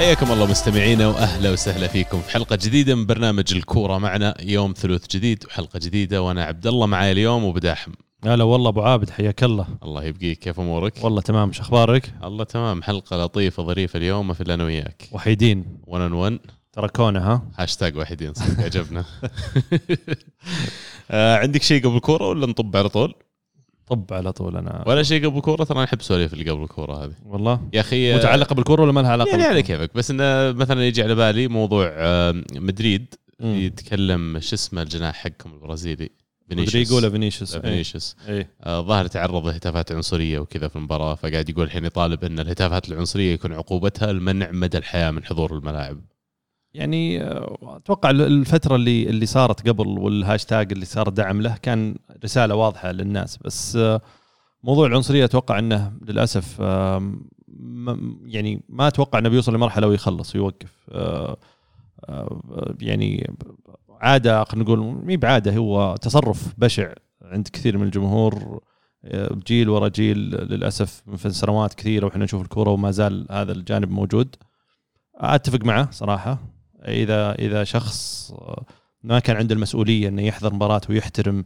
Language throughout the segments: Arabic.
حياكم الله مستمعينا وأهلا وسهلا فيكم في حلقة جديدة من برنامج الكورة. معنا يوم ثلاث جديد وحلقة جديدة، وأنا عبد الله معاي اليوم وبداحم. هلا والله أبو عابد، حياك الله. الله يبقيك، كيف أمورك؟ والله تمام، شو أخبارك؟ الله تمام. حلقة لطيفة ظريفة اليوم، ما في أنا وياك وحيدين 1-on-1 تركونا. ها هاشتاج وحيدين صدق عجبنا. عندك شيء قبل الكورة ولا نطب على طول؟ طب على طول. أنا ولا شيء قبل الكورة، ترى نحب سواليف اللي قبل الكورة هذه والله يا أخي. متعلقة بالكورة ولا ما لها علاقة؟ يعني على كيفك، بس إنه مثلا يجي على بالي موضوع مدريد. يتكلم شو اسمه الجناح حقهم البرازيلي، رودريغو ولا فينيسيوس. ظاهر تعرض لهتافات عنصرية وكذا في المباراة، فقاعد يقول الحين يطالب أن الهتافات العنصرية يكون عقوبتها المنع مدى الحياة من حضور الملاعب. يعني أتوقع الفترة اللي صارت قبل والهاشتاج اللي صار دعم له كان رسالة واضحة للناس، بس موضوع العنصرية أتوقع أنه للأسف يعني ما أتوقع أنه بيوصل لمرحلة ويخلص ويوقف. يعني عادة، خلينا نقول مي بعادة، هو تصرف بشع عند كثير من الجمهور جيل ورا جيل للأسف من سنوات كثيرة، وإحنا نشوف الكورة وما زال هذا الجانب موجود. أتفق معه صراحة. إذا شخص ما كان عنده المسؤولية إنه يحضر مباراة ويحترم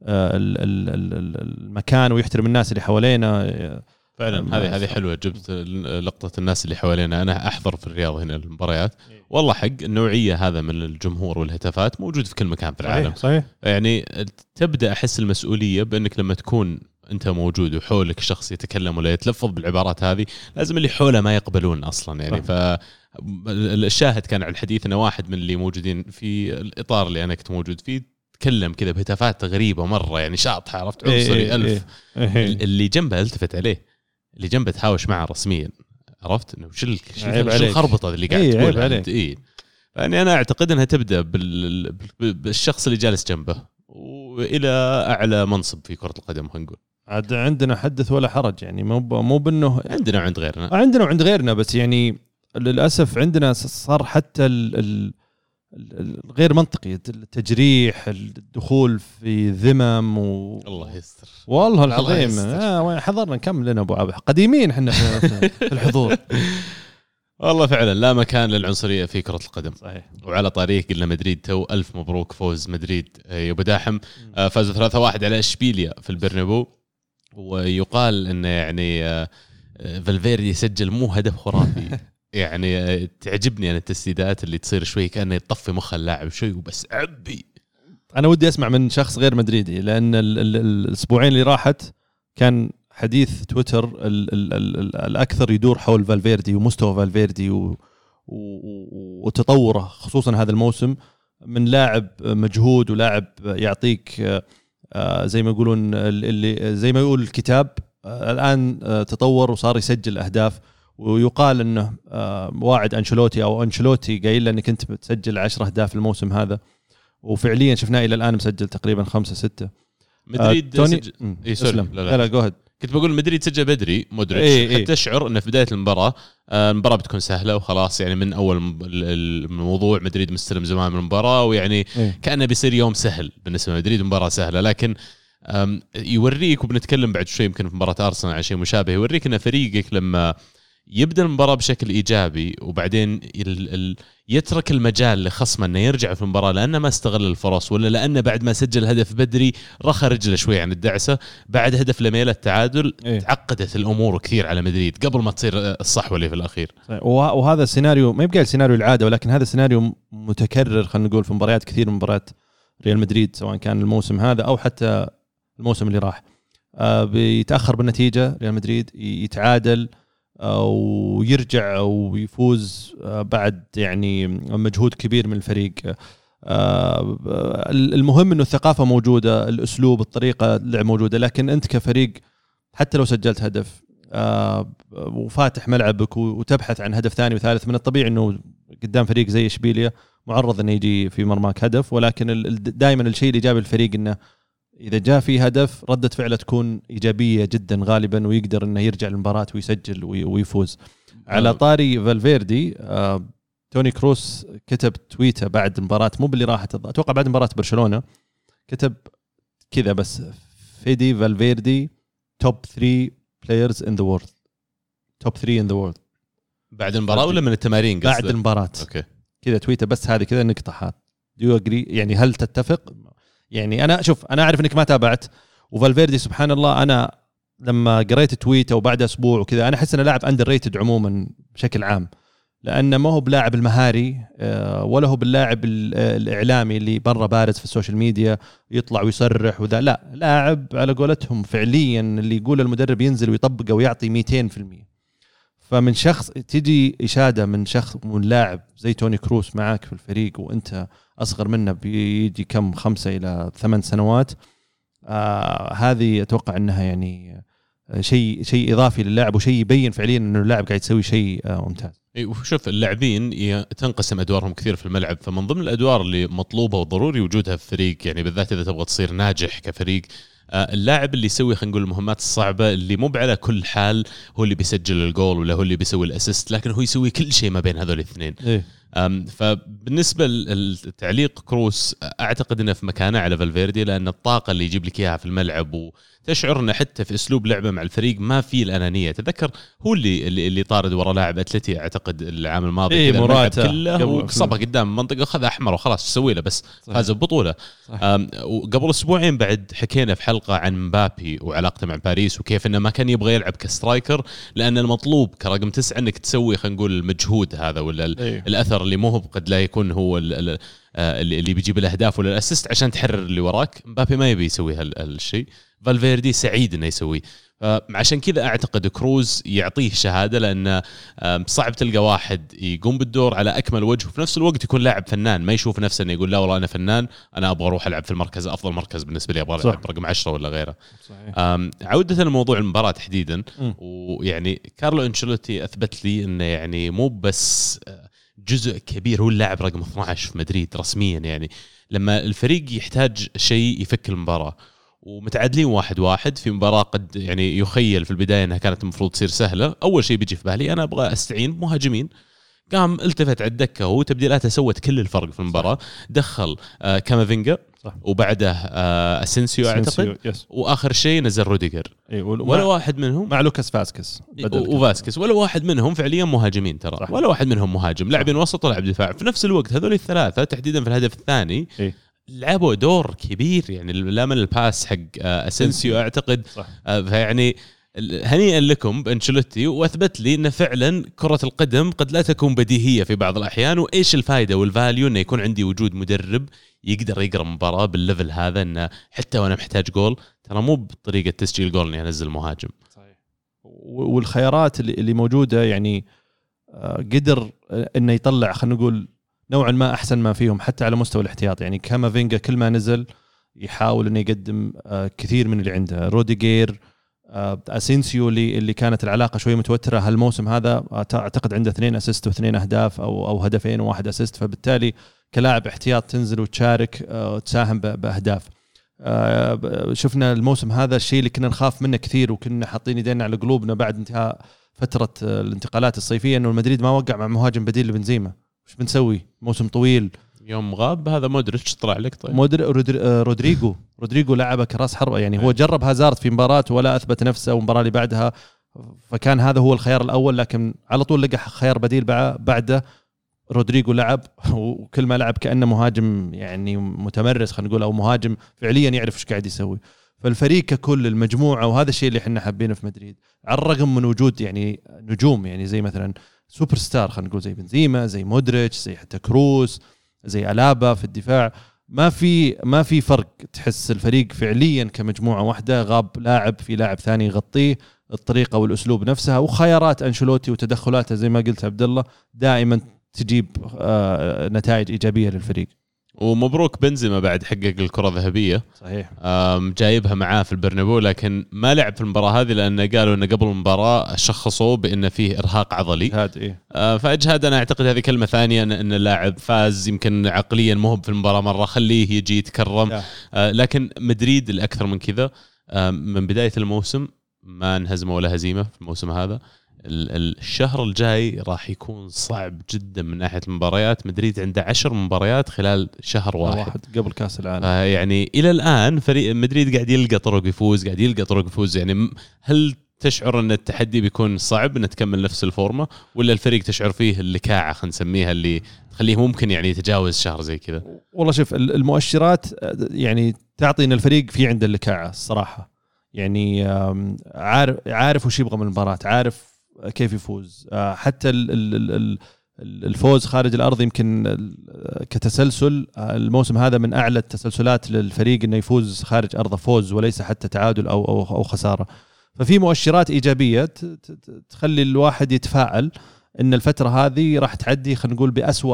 المكان ويحترم الناس اللي حوالينا، فعلا هذه حلوة. جبت لقطة الناس اللي حوالينا. أنا أحضر في الرياض هنا المباريات، والله حق النوعية هذا من الجمهور والهتافات موجود في كل مكان في العالم. صحيح. يعني تبدأ أحس المسؤولية بأنك لما تكون أنت موجود وحولك شخص يتكلم ولا يتلفظ بالعبارات هذه، لازم اللي حوله ما يقبلون أصلا. يعني فالشاهد كان على الحديث أن واحد من اللي موجودين في الإطار اللي أنا كنت موجود فيه تكلم كذا بهتافات غريبة مرة، يعني شاطحة، عرفت، عنصري ألف. اللي جنبه التفت عليه، اللي جنبه تهاوش معه رسميا، عرفت انه شو الخربطه اللي قاعد تقولها. يعني انا اعتقد انها تبدا بالشخص اللي جالس جنبه والى اعلى منصب في كره القدم. خلينا نقول عندنا حدث ولا حرج، يعني مو بانه عندنا وعند غيرنا، بس يعني للاسف عندنا صار حتى غير منطقي التجريح، الدخول في ذمم الله يستر والله العظيم. حضرنا كم لنا ابو عابد، قديمين احنا في الحضور. والله فعلا لا مكان للعنصريه في كره القدم. صحيح. وعلى طريق قلنا مدريد، تو الف مبروك فوز مدريد يا ابو داحم. فازوا 3-1 على اشبيليا في البرنابو، ويقال انه يعني فالفيردي سجل مو هدف خرافي. يعني تعجبني أنا التسديدات اللي تصير شوي كأنه يطفي مخ اللاعب شوي وبس عبي. أنا ودي أسمع من شخص غير مدريدي، لأن الأسبوعين اللي راحت كان حديث تويتر الأكثر يدور حول فالفيردي ومستوى فالفيردي وتطوره، خصوصا هذا الموسم، من لاعب مجهود ولاعب يعطيك زي ما يقولون اللي زي ما يقول الكتاب، الآن تطور وصار يسجل أهداف. ويقال انه واعد انشيلوتي قايل له انك انت بتسجل 10 اهداف الموسم هذا، وفعليا شفناه الى الان مسجل تقريبا 5-6. مدريد سجل لا جوهد. كنت بقول مدريد سجل بدري مودريتش، حتى تشعر انه في بدايه المباراه بتكون سهله وخلاص. يعني من اول الموضوع مدريد مستلم زمان من المباراه، ويعني كانه بيصير يوم سهل بالنسبه لمدريد، مباراه سهله. لكن يوريك، وبنتكلم بعد شوي يمكن في مباراه ارسنال على شيء مشابه، يوريك ان فريقك لما يبدأ المباراة بشكل إيجابي وبعدين يترك المجال لخصمه أنه يرجع في المباراة لأنه ما استغل الفرص، ولا لأنه بعد ما سجل هدف بدري رخى رجله شوي عن الدعسة بعد هدف لميلة التعادل. تعقدت الأمور كثير على مدريد قبل ما تصير الصحوة اللي في الأخير. وهذا السيناريو ما يبقى السيناريو العادة، ولكن هذا السيناريو متكرر، خلينا نقول في مباريات كثير من مباريات ريال مدريد، سواء كان الموسم هذا أو حتى الموسم اللي راح. بيتأخر بالنتيجة ريال مدريد، يتعادل ويرجع ويفوز بعد يعني مجهود كبير من الفريق. المهم انه الثقافه موجوده، الاسلوب، الطريقه اللعب موجوده، لكن انت كفريق حتى لو سجلت هدف وفاتح ملعبك وتبحث عن هدف ثاني وثالث، من الطبيعي انه قدام فريق زي اشبيليا معرض انه يجي في مرماك هدف. ولكن دائما الشيء الايجابي للفريق انه إذا جاء في هدف ردة فعله تكون إيجابية جدا غالبا، ويقدر إنه يرجع للمباراة ويسجل ويفوز. على طاري فالفيردي، توني كروس كتب تويته بعد مباراة، مو باللي راحت، أتوقع بعد مباراة برشلونة، كتب كذا بس: فيدي فالفيردي توب 3 players in the world. توب 3 in the world. بعد المباراه ولا من التمارين؟ بعد المباراه. اوكي كذا تويته بس هذه كذا نقطه. دو اجري يعني هل تتفق؟ يعني انا شوف انا اعرف انك ما تابعت وفالفيردي سبحان الله انا لما قريت تويته وبعد اسبوع وكذا انا احس انه لاعب اندر ريتد عموما بشكل عام لانه ما هو بلاعب المهاري ولا هو باللاعب الاعلامي اللي برا بارز في السوشيال ميديا يطلع ويصرح وذا لا لاعب على قولتهم فعليا اللي يقول المدرب ينزل ويطبقه ويعطي 200%. فمن شخص تجي إشادة من شخص من لاعب زي توني كروس معاك في الفريق وأنت أصغر منه بيجي كم 5 إلى 8 سنوات هذه أتوقع أنها يعني شيء إضافي للاعب وشيء يبين فعليا أنه اللاعب قاعد يسوي شيء ممتاز. وشوف اللاعبين تنقسم أدوارهم كثير في الملعب فمن ضمن الأدوار اللي مطلوبة وضروري وجودها في فريق يعني بالذات إذا تبغى تصير ناجح كفريق اللاعب اللي يسوي خلينا نقول المهمات الصعبة اللي مو على كل حال هو اللي بيسجل الجول ولا هو اللي بيسوي الأسيست لكن هو يسوي كل شيء ما بين هذول الاثنين. فبالنسبة للتعليق كروس أعتقد أنه في مكانه على فالفيردي لأن الطاقة اللي يجيب لك إياها في الملعب وتشعر أنه حتى في أسلوب لعبه مع الفريق ما فيه الأنانية. تذكر هو اللي طارد ورا لاعب أتلتي أعتقد العام الماضي كذا الملعب كله وصبه قدام منطقة خذ أحمر وخلاص تسوي له بس فاز ببطولة. وقبل أسبوعين بعد حكينا في حلقة عن مبابي وعلاقته مع باريس وكيف أنه ما كان يبغى يلعب كسترايكر لأن المطلوب كرقم 9 أنك تسوي خلينا نقول المجهود هذا ولا الأثر اللي مو قد لا يكون هو اللي بيجيب الاهداف ولا الاسيست عشان تحرر اللي وراك. مبابي ما يبي يسوي هالشيء فالفيردي سعيد انه يسوي عشان كذا اعتقد كروز يعطيه شهاده لان صعب تلقى واحد يقوم بالدور على اكمل وجه وفي نفس الوقت يكون لاعب فنان ما يشوف نفسه انه يقول لا والله انا فنان انا ابغى اروح العب في المركز افضل مركز بالنسبه لي ابغى العب رقم 10 ولا غيره. عوده الموضوع المباراه تحديدا ويعني كارلو انشيلوتي اثبت لي انه يعني مو بس جزء كبير هو اللاعب رقم 12 في مدريد رسميا يعني لما الفريق يحتاج شيء يفك المباراة ومتعادلين 1-1 في مباراة قد يعني يخيل في البداية أنها كانت المفروض تصير سهلة أول شيء بيجي في بالي أنا أبغى أستعين بمهاجمين قام التفت على الدكة وتبديلاته سوت كل الفرق في المباراة. دخل كامافينجا وبعده أسينسيو أعتقد وآخر شيء نزل روديجر ولا واحد منهم مع لوكاس فاسكس وفاسكس ولا واحد منهم فعليا مهاجمين ترى ولا واحد منهم مهاجم لاعبين وسط ولاعب دفاع في نفس الوقت. هذول الثلاثة تحديدا في الهدف الثاني لعبوا دور كبير يعني لما الباس حق أسينسيو أعتقد فيعني هنيئا لكم بأنشيلوتي واثبت لي ان فعلا كرة القدم قد لا تكون بديهية في بعض الأحيان وايش الفائدة والفاليو انه يكون عندي وجود مدرب يقدر يقرأ مباراة بالليفل هذا انه حتى وانا محتاج جول ترى مو بطريقة تسجيل جول اني انزل مهاجم. صحيح. والخيارات اللي موجودة يعني قدر انه يطلع خلينا نقول نوعا ما احسن ما فيهم حتى على مستوى الاحتياط يعني كامافينجا كل ما نزل يحاول انه يقدم كثير من اللي عنده. روديجير أسينسيو اللي كانت العلاقة شوية متوترة هالموسم هذا أعتقد عنده 2 أسيست و2 أهداف أو هدفين وواحد أسيست فبالتالي كلاعب احتياط تنزل وتشارك وتساهم بأهداف. شفنا الموسم هذا الشيء اللي كنا نخاف منه كثير وكنا حاطين يدينا على قلوبنا بعد انتهاء فترة الانتقالات الصيفية إنه المدريد ما وقع مع مهاجم بديل لبنزيما. وش بنسوي موسم طويل يوم غاب هذا مودريتش طلع لك طيب رودريجو لعبه كراس حربة يعني هو جرب هازارد في مباراة ولا أثبت نفسه والمباراة اللي بعدها فكان هذا هو الخيار الأول لكن على طول لقى خيار بديل بعده. رودريجو لعب وكل ما لعب كأنه مهاجم يعني متمرس خلينا نقول أو مهاجم فعليا يعرف إيش قاعد يسوي. فالفريق ككل المجموعة وهذا الشيء اللي احنا حابينه في مدريد على الرغم من وجود يعني نجوم يعني زي مثلا سوبر ستار خلينا نقول زي بنزيما زي مودريتش زي حتى كروس زي ألابا في الدفاع ما في فرق. تحس الفريق فعليا كمجموعة واحدة غاب لاعب في لاعب ثاني يغطيه الطريقة والأسلوب نفسها. وخيارات أنشيلوتي وتدخلاته زي ما قلت عبد الله دائما تجيب نتائج إيجابية للفريق. ومبروك بنزيما بعد حقق الكرة الذهبية صحيح جايبها معاه في البرنابيو لكن ما لعب في المباراة هذه لأن قالوا أنه قبل المباراة شخصوا بأن فيه إرهاق عضلي فأجهاد. أنا أعتقد هذه كلمة ثانية أن اللاعب فاز يمكن عقليا مهب في المباراة مرة خليه يجي يتكرم لكن مدريد الأكثر من كذا من بداية الموسم ما انهزموا ولا هزيمة في الموسم هذا. الشهر الجاي راح يكون صعب جدا من ناحية المباريات. مدريد عنده 10 مباريات خلال شهر واحد قبل كأس العالم يعني إلى الآن فريق مدريد قاعد يلقى طرق يفوز يعني هل تشعر ان التحدي بيكون صعب ان تكمل نفس الفورمه، ولا الفريق تشعر فيه اللكاعه خلينا نسميها اللي تخليه ممكن يعني يتجاوز شهر زي كذا؟ والله شوف المؤشرات يعني تعطي ان الفريق في عنده اللكاعه الصراحه، يعني عارف وش يبغى من المباراه، عارف كيف يفوز. حتى الفوز خارج الارض يمكن كتسلسل الموسم هذا من اعلى التسلسلات للفريق انه يفوز خارج ارضه فوز وليس حتى تعادل او خساره. ففي مؤشرات ايجابيه تخلي الواحد يتفائل ان الفتره هذه راح تعدي، خلينا نقول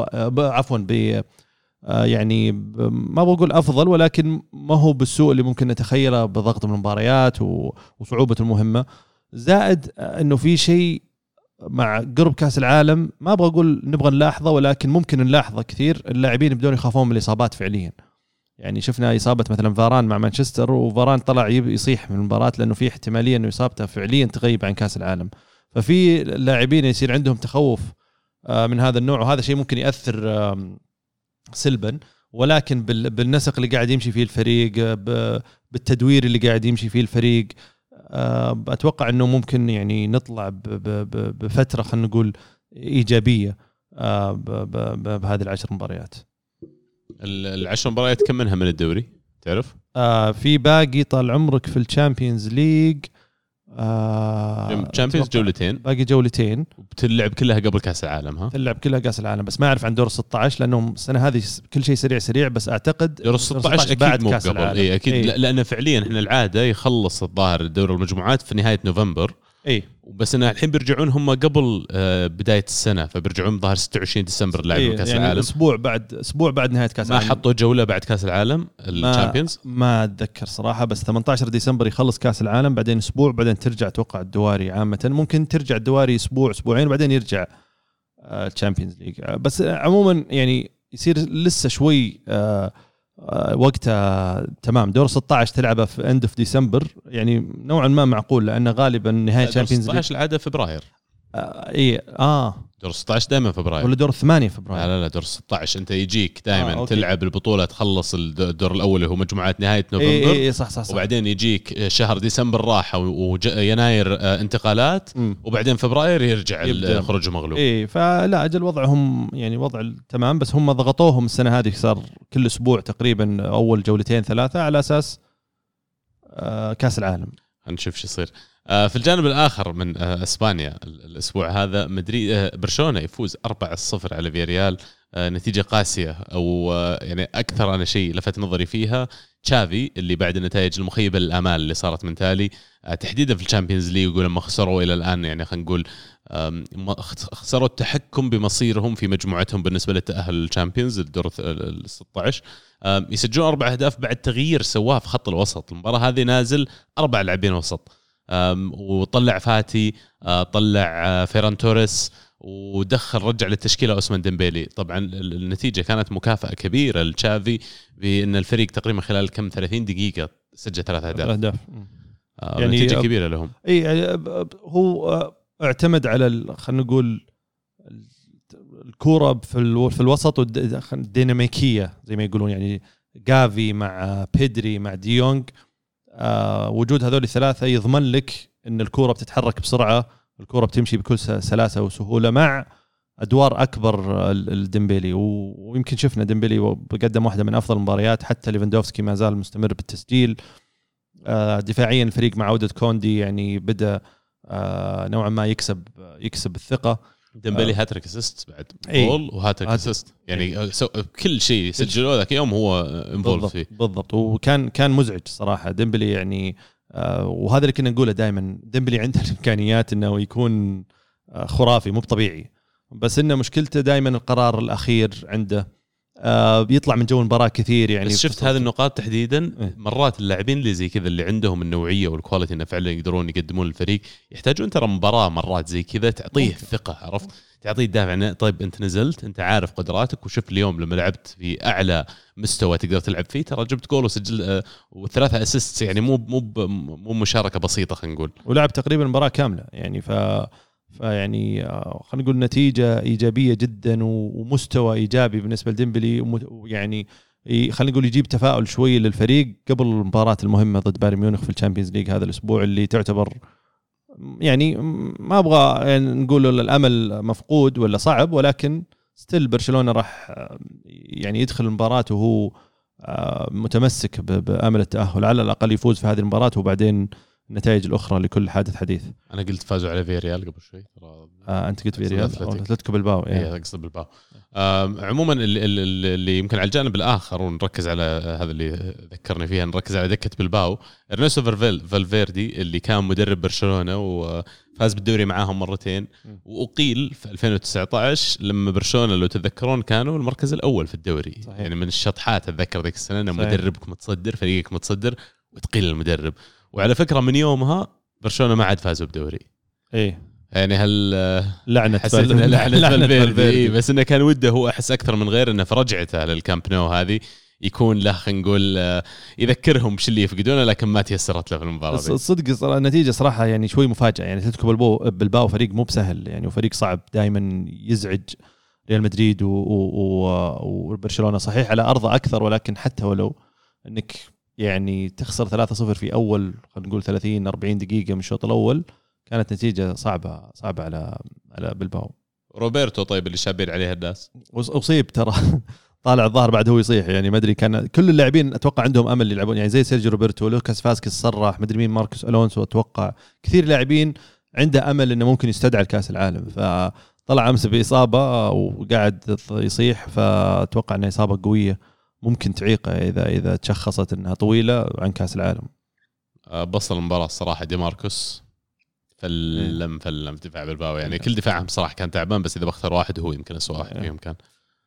يعني ما بقول افضل، ولكن ما هو بالسوء اللي ممكن نتخيله بضغط من المباريات وصعوبه المهمه. زائد انه في شيء مع قرب كاس العالم ما ابغى اقول نبغى نلاحظه، ولكن ممكن نلاحظه كثير، اللاعبين بدون يخافون من الاصابات فعليا. يعني شفنا اصابه مثلا فاران مع مانشستر، وفاران طلع يصيح من المباراه لانه في احتماليه انه اصابته فعليا تغيب عن كاس العالم. ففي لاعبين يصير عندهم تخوف من هذا النوع، وهذا شيء ممكن ياثر سلبا. ولكن بالنسق اللي قاعد يمشي فيه الفريق، بالتدوير اللي قاعد يمشي فيه الفريق، أتوقع أنه ممكن يعني نطلع بفترة خلينا نقول إيجابية بهذه 10 مباريات. 10 مباريات كم منها من الدوري تعرف؟ في باقي طال عمرك في الشامبيونز ليج الشامبيونز جولتين، باقي جولتين، وبتلعب كلها قبل كاس العالم. ها تلعب كلها كاس العالم، بس ما اعرف عن دور 16 لانه السنه هذه كل شيء سريع، بس اعتقد دور 16 اكيد مو قبل. اي اكيد. لان فعليا احنا العاده يخلص الظاهر دور المجموعات في نهايه نوفمبر، بس انا الحين بيرجعون هم قبل بدايه السنه، فبيرجعون ظهر 26 ديسمبر لعبوا كاس يعني العالم، اسبوع بعد نهايه كاس العالم. ما حطوا جوله بعد كاس العالم الشامبيونز، ما اتذكر صراحه، بس 18 ديسمبر يخلص كاس العالم، بعدين اسبوع، بعدين ترجع توقع الدواري. عامه ممكن ترجع الدواري اسبوعين وبعدين يرجع الشامبيونز ليج. بس عموما يعني يصير لسه شوي وقتها تمام. دور 16 تلعبه في اند اوف ديسمبر، يعني نوعا ما معقول، لانه غالبا نهايه الشامبيونز ليج 16 العاده فبراير. دور 16 دائما فبراير، ولا دور 8 فبراير؟ لا دور 16 انت يجيك دائما تلعب البطوله، تخلص الدور الاول اللي هو مجموعات نهايه نوفمبر. صح. وبعدين يجيك شهر ديسمبر راحه ويناير انتقالات، وبعدين فبراير يرجع الخروج مغلوب. فلا اجل وضعهم يعني وضع تمام، بس هم ضغطوهم السنه هذه، صار كل اسبوع تقريبا اول جولتين 3 على اساس كاس العالم. هنشوف شو يصير. في الجانب الآخر من إسبانيا الأسبوع هذا برشلونة يفوز 4-0 على فياريال، نتيجة قاسية، أو يعني أكثر أنا شيء لفت نظري فيها تشافي اللي بعد النتائج المخيبة للآمال اللي صارت من تالي تحديدا في الشامبيونز ليج، يقول لما خسروا إلى الآن يعني خلينا نقول خسروا التحكم بمصيرهم في مجموعتهم بالنسبة للتأهل للشامبيونز الدور 16. يسجلون 4 أهداف بعد تغيير سواه في خط الوسط. المباراة هذه نازل 4 لاعبين وسط، وطلع فاتي، طلع فيران توريس، ودخل رجع للتشكيلة أوسمان ديمبيلي. طبعا النتيجة كانت مكافأة كبيرة لتشافي بأن الفريق تقريبا خلال كم 30 دقيقة سجل 3 أهداف. يعني نتيجة كبيرة لهم. هو اعتمد على خلينا نقول الكورة في الوسط والديناميكية زي ما يقولون، يعني جافي مع بيدري مع ديونغ، وجود هذول الثلاثة يضمن لك أن الكرة بتتحرك بسرعة، الكرة بتمشي بكل سلاسة وسهولة، مع أدوار أكبر الديمبيلي. ويمكن شفنا ديمبيلي بقدم واحدة من أفضل المباريات، حتى ليفاندوفسكي ما زال مستمر بالتسجيل. دفاعيا الفريق مع عودة كوندي يعني بدأ نوعا ما يكسب الثقة. ديمبيلي هاتريك اسيست بعد جول وهاتريك اسيست، يعني كل شيء سجلوه ذاك يوم هو انفولف فيه بالضبط. وكان مزعج صراحة ديمبيلي يعني. وهذا اللي كنا نقوله دائما، ديمبلي عنده الامكانيات انه يكون خرافي مو طبيعي، بس انه مشكلته دائما القرار الاخير عنده، بيطلع من جو المباراه كثير. يعني بس شفت هذه النقاط تحديدا مرات اللاعبين اللي زي كذا اللي عندهم النوعيه والكواليتي انه فعلا يقدرون يقدمون للفريق، يحتاجون ترى مباراه مرات زي كذا تعطيه الثقه، عرفت، تعطيه دافع. طيب انت نزلت، انت عارف قدراتك، وشوف اليوم لما لعبت في اعلى مستوى تقدر تلعب فيه، ترى جبت جول وسجل وثلاثه اسيست، يعني مو مشاركه بسيطه خلينا نقول، ولعب تقريبا المباراه كامله يعني. فيعني خلينا نقول نتيجه ايجابيه جدا ومستوى ايجابي بالنسبه لديمبلي، يعني خلينا نقول يجيب تفاؤل شوي للفريق قبل المباراه المهمه ضد بايرن ميونخ في الشامبيونز ليج هذا الاسبوع، اللي تعتبر يعني ما ابغى يعني نقول الامل مفقود ولا صعب، ولكن ستيل برشلونه راح يعني يدخل المباراه وهو متمسك بامل التاهل، على الاقل يفوز في هذه المباراه، وبعدين النتائج الاخرى لكل حادث حديث. انا قلت فازوا على فيريال قبل شوي انت قلت فيريال او اتلتيكو بالباو. اي اقصد بالباو. عموما اللي يمكن على الجانب الاخر ونركز على هذا اللي ذكرني فيها، نركز على دكه بالباو. إرنيستو فالفيردي اللي كان مدرب برشلونه وفاز بالدوري معاهم مرتين، واقيل في 2019 لما برشلونه لو تتذكرون كانوا المركز الاول في الدوري. صحيح. يعني من الشطحات اتذكر ذيك السنه انه مدربك متصدر، فريقك متصدر، وتقيل المدرب. وعلى فكره من يومها برشلونه ما عاد فازوا بدوري. ايه يعني لعنة فالفيردي. بس انه كان وده هو احس اكثر من غير انه في رجعته للكامب نو هذه يكون له خلينا نقول يذكرهم بش اللي يفقدونه، لكن ما تيسرت له في المباراه. الصدق النتيجه صراحه يعني شوي مفاجاه. يعني اتلتيكو بالباو فريق مو بسهل يعني، وفريق صعب دائما يزعج ريال مدريد وبرشلونه. صحيح على ارضه اكثر، ولكن حتى ولو انك يعني تخسر 3-0 في اول خلينا نقول 30-40 دقيقه من الشوط الاول، كانت نتيجة صعبة على بالباو. روبرتو طيب اللي شابين عليه الناس أصيب ترى طالع الظاهر بعد هو يصيح يعني، ما أدري. كان كل اللاعبين أتوقع عندهم أمل يلعبون يعني، زي سيرجيو روبرتو، لوكاس فاسكيز صرح، ما أدري مين، ماركوس ألونسو، أتوقع كثير لاعبين عنده أمل إنه ممكن يستدعي الكأس العالم. فطلع أمس بإصابة وقاعد يصيح، فأتوقع إنها إصابة قوية ممكن تعيقه إذا تشخصت إنها طويلة عن كأس العالم. بصل المباراة الصراحة دي ماركوس فلم دفاع بالباو يعني. كل دفاعهم صراحة كان تعبان، بس إذا بختار واحد هو يمكن أسوأ واحد فيهم كان.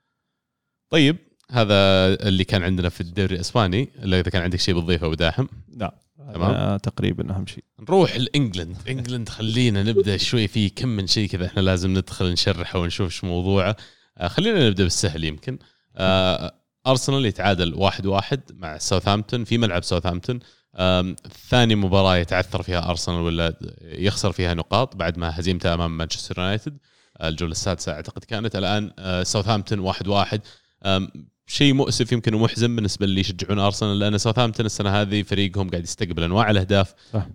طيب هذا اللي كان عندنا في الدوري الإسباني. إذا كان عندك شيء بتضيفه أبو داحم؟ لا تمام تقريبا أهم شيء. نروح لإنجلند. خلينا نبدأ شوي في كم من شيء كذا إحنا لازم ندخل نشرحه ونشوف شو موضوعه. خلينا نبدأ بالسهل يمكن. أرسنال يتعادل 1-1 مع ساوثهامبتون في ملعب ساوثهامبتون. ثاني مباراة يتعثر فيها أرسنال ولا يخسر فيها نقاط بعد ما هزيمته أمام مانشستر يونايتد الجولة السادسة أعتقد كانت. الآن ساوثهامبتون 1-1. شيء مؤسف يمكن ومحزن بالنسبة اللي يشجعون أرسنال، لأن ساوثهامبتون السنة هذه فريقهم قاعد يستقبل أنواع الأهداف.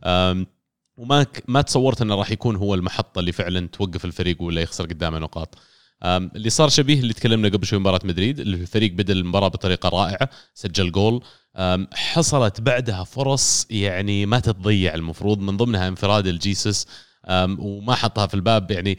وما تصورت أنه راح يكون هو المحطة اللي فعلا توقف الفريق ولا يخسر قدامه نقاط. اللي صار شبيه اللي تكلمنا قبل شوي مباراة مدريد، الفريق بدأ المباراة بطريقة رائعة، سجل جول، حصلت بعدها فرص يعني ما تتضيع المفروض، من ضمنها انفراد الجيسوس وما حطها في الباب. يعني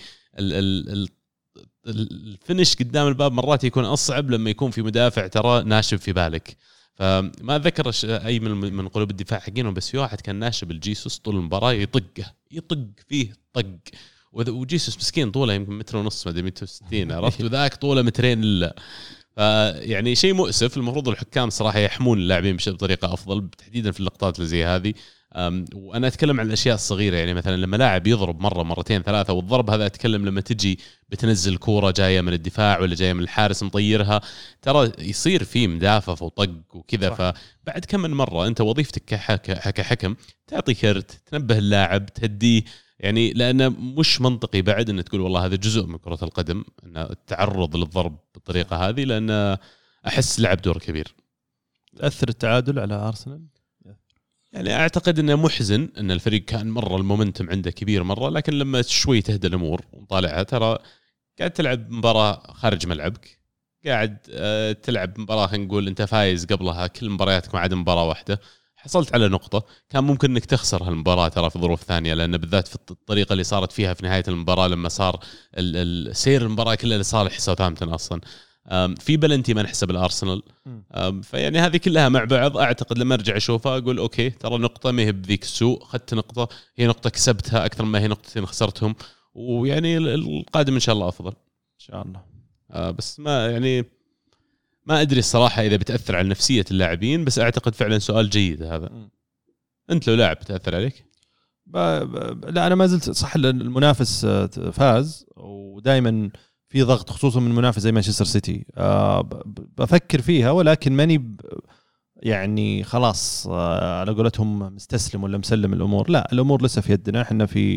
الفينش قدام الباب مرات يكون أصعب لما يكون في مدافع ترى ناشب في بالك. فما أذكر أي من قلوب الدفاع حقينهم، بس في واحد كان ناشب الجيسوس طول المباراة يطق فيه طق، وجيسوس مسكين طوله يمكن 1.5 متر، 160 عرفت، وذاك طوله 2 متر إلا. يعني شيء مؤسف. المفروض الحكام صراحة يحمون اللاعبين بطريقة أفضل، تحديدا في اللقطات اللي زي هذه. وأنا أتكلم عن الأشياء الصغيرة، يعني مثلا لما لاعب يضرب مرة مرتين ثلاثة، والضرب هذا أتكلم لما تجي بتنزل كورة جاية من الدفاع ولا جاية من الحارس مطيرها، ترى يصير فيه مدافف وطق وكذا. فبعد كم من مرة أنت وظيفتك كحكم تعطي كرت، تنبه اللاعب، تهديه يعني، لأنه مش منطقي بعد أن تقول والله هذا جزء من كرة القدم أن التعرض للضرب بالطريقة هذه، لأن أحس لعب دور كبير. تأثر التعادل على أرسنال؟ يعني أعتقد أنه محزن أن الفريق كان مرة المومنتم عنده كبير مرة، لكن لما شوي تهدى الأمور ونطالعها ترى قاعد تلعب مباراة خارج ملعبك، قاعد تلعب مباراة نقول أنت فايز قبلها كل مبارياتك ما عدا مباراة واحدة، حصلت على نقطة، كان ممكن انك تخسر هالمباراة ترى في ظروف ثانية، لأن بالذات في الطريقة اللي صارت فيها في نهاية المباراة لما صار السير المباراة كلها لصالح ساوثهامبتون أصلا. في بلنتي ما نحسب الأرسنال. فيعني هذه كلها مع بعض أعتقد لما أرجع أشوفها أقول أوكي ترى نقطة ما هي بذيك السوء، أخذت نقطة، هي نقطة كسبتها أكثر ما هي نقطتين خسرتهم، ويعني القادم إن شاء الله أفضل إن شاء الله. بس ما أدري الصراحة إذا بتأثر على نفسية اللاعبين، بس أعتقد فعلا سؤال جيد هذا. أنت لو لاعب بتأثر عليك؟ لا أنا ما زلت صح، المنافس فاز ودائما في ضغط خصوصا من منافس زي مانشستر سيتي. بفكر فيها، ولكن ماني يعني خلاص على قولتهم مستسلم ولا مسلم الأمور. لا، الأمور لسه في يدنا، احنا في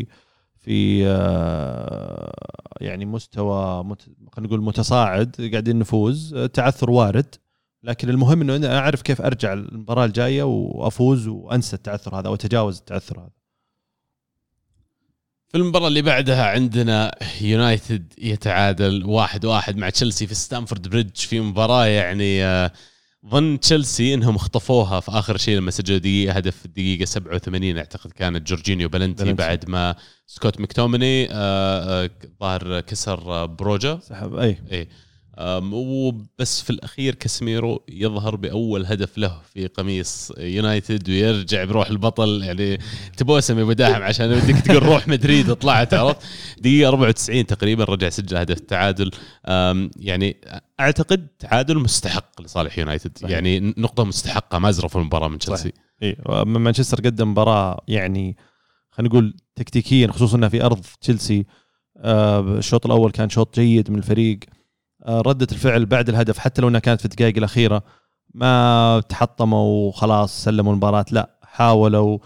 يعني مستوى خلينا نقول متصاعد، قاعدين نفوز، تعثر وارد، لكن المهم انه انا اعرف كيف ارجع المباراه الجايه وافوز وانسى التعثر هذا واتجاوز التعثر هذا. في المباراة اللي بعدها عندنا يونايتد يتعادل 1-1 مع تشيلسي في ستانفورد بريدج في مباراة يعني ظن تشيلسي انهم اخطفوها في اخر شيء لما سجلوا هدف الدقيقة 87 اعتقد كانت جورجينيو بلنتي بعد ما سكوت مكتوميني ظهر كسر بروجا سحب اي وبس في الأخير كاسيميرو يظهر بأول هدف له في قميص يونايتد ويرجع بروح البطل يعني تبوسم يبداهم عشان بدك تقول روح مدريد طلعت عرفت دقيقة 94 تقريبا رجع سجل هدف التعادل يعني أعتقد تعادل مستحق لصالح يونايتد صحيح. يعني نقطة مستحقة ما زرفوا المباراة من تشيلسي مانشستر قدم مباراة يعني خلينا نقول تكتيكيا خصوصا انها في أرض تشيلسي الشوط الأول كان شوط جيد من الفريق ردة الفعل بعد الهدف حتى لو انها كانت في الدقائق الأخيرة ما تحطموا وخلاص سلموا المباراة لا حاولوا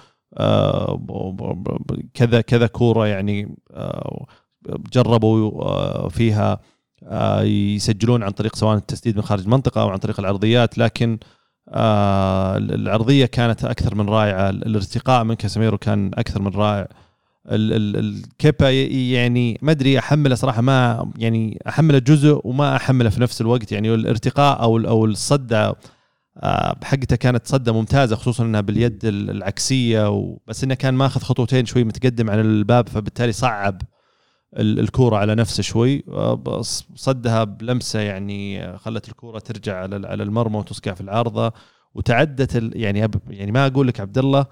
كذا كورة يعني جربوا فيها يسجلون عن طريق سواء التسديد من خارج المنطقة أو عن طريق العرضيات لكن العرضية كانت أكثر من رائعة الارتقاء من كاسيميرو كان أكثر من رائع الكيبا يعني ما ادري احمله صراحه ما يعني احمله جزء وما احمله في نفس الوقت يعني الارتقاء او الصده بحقته كانت صده ممتازه خصوصا انها باليد العكسيه بس انه كان ماخذ خطوتين شوي متقدم عن الباب فبالتالي صعب الكوره على نفسه شوي صدها بلمسه يعني خلت الكوره ترجع على المرمى وتسقع في العارضه وتعدت يعني ما اقول لك عبد الله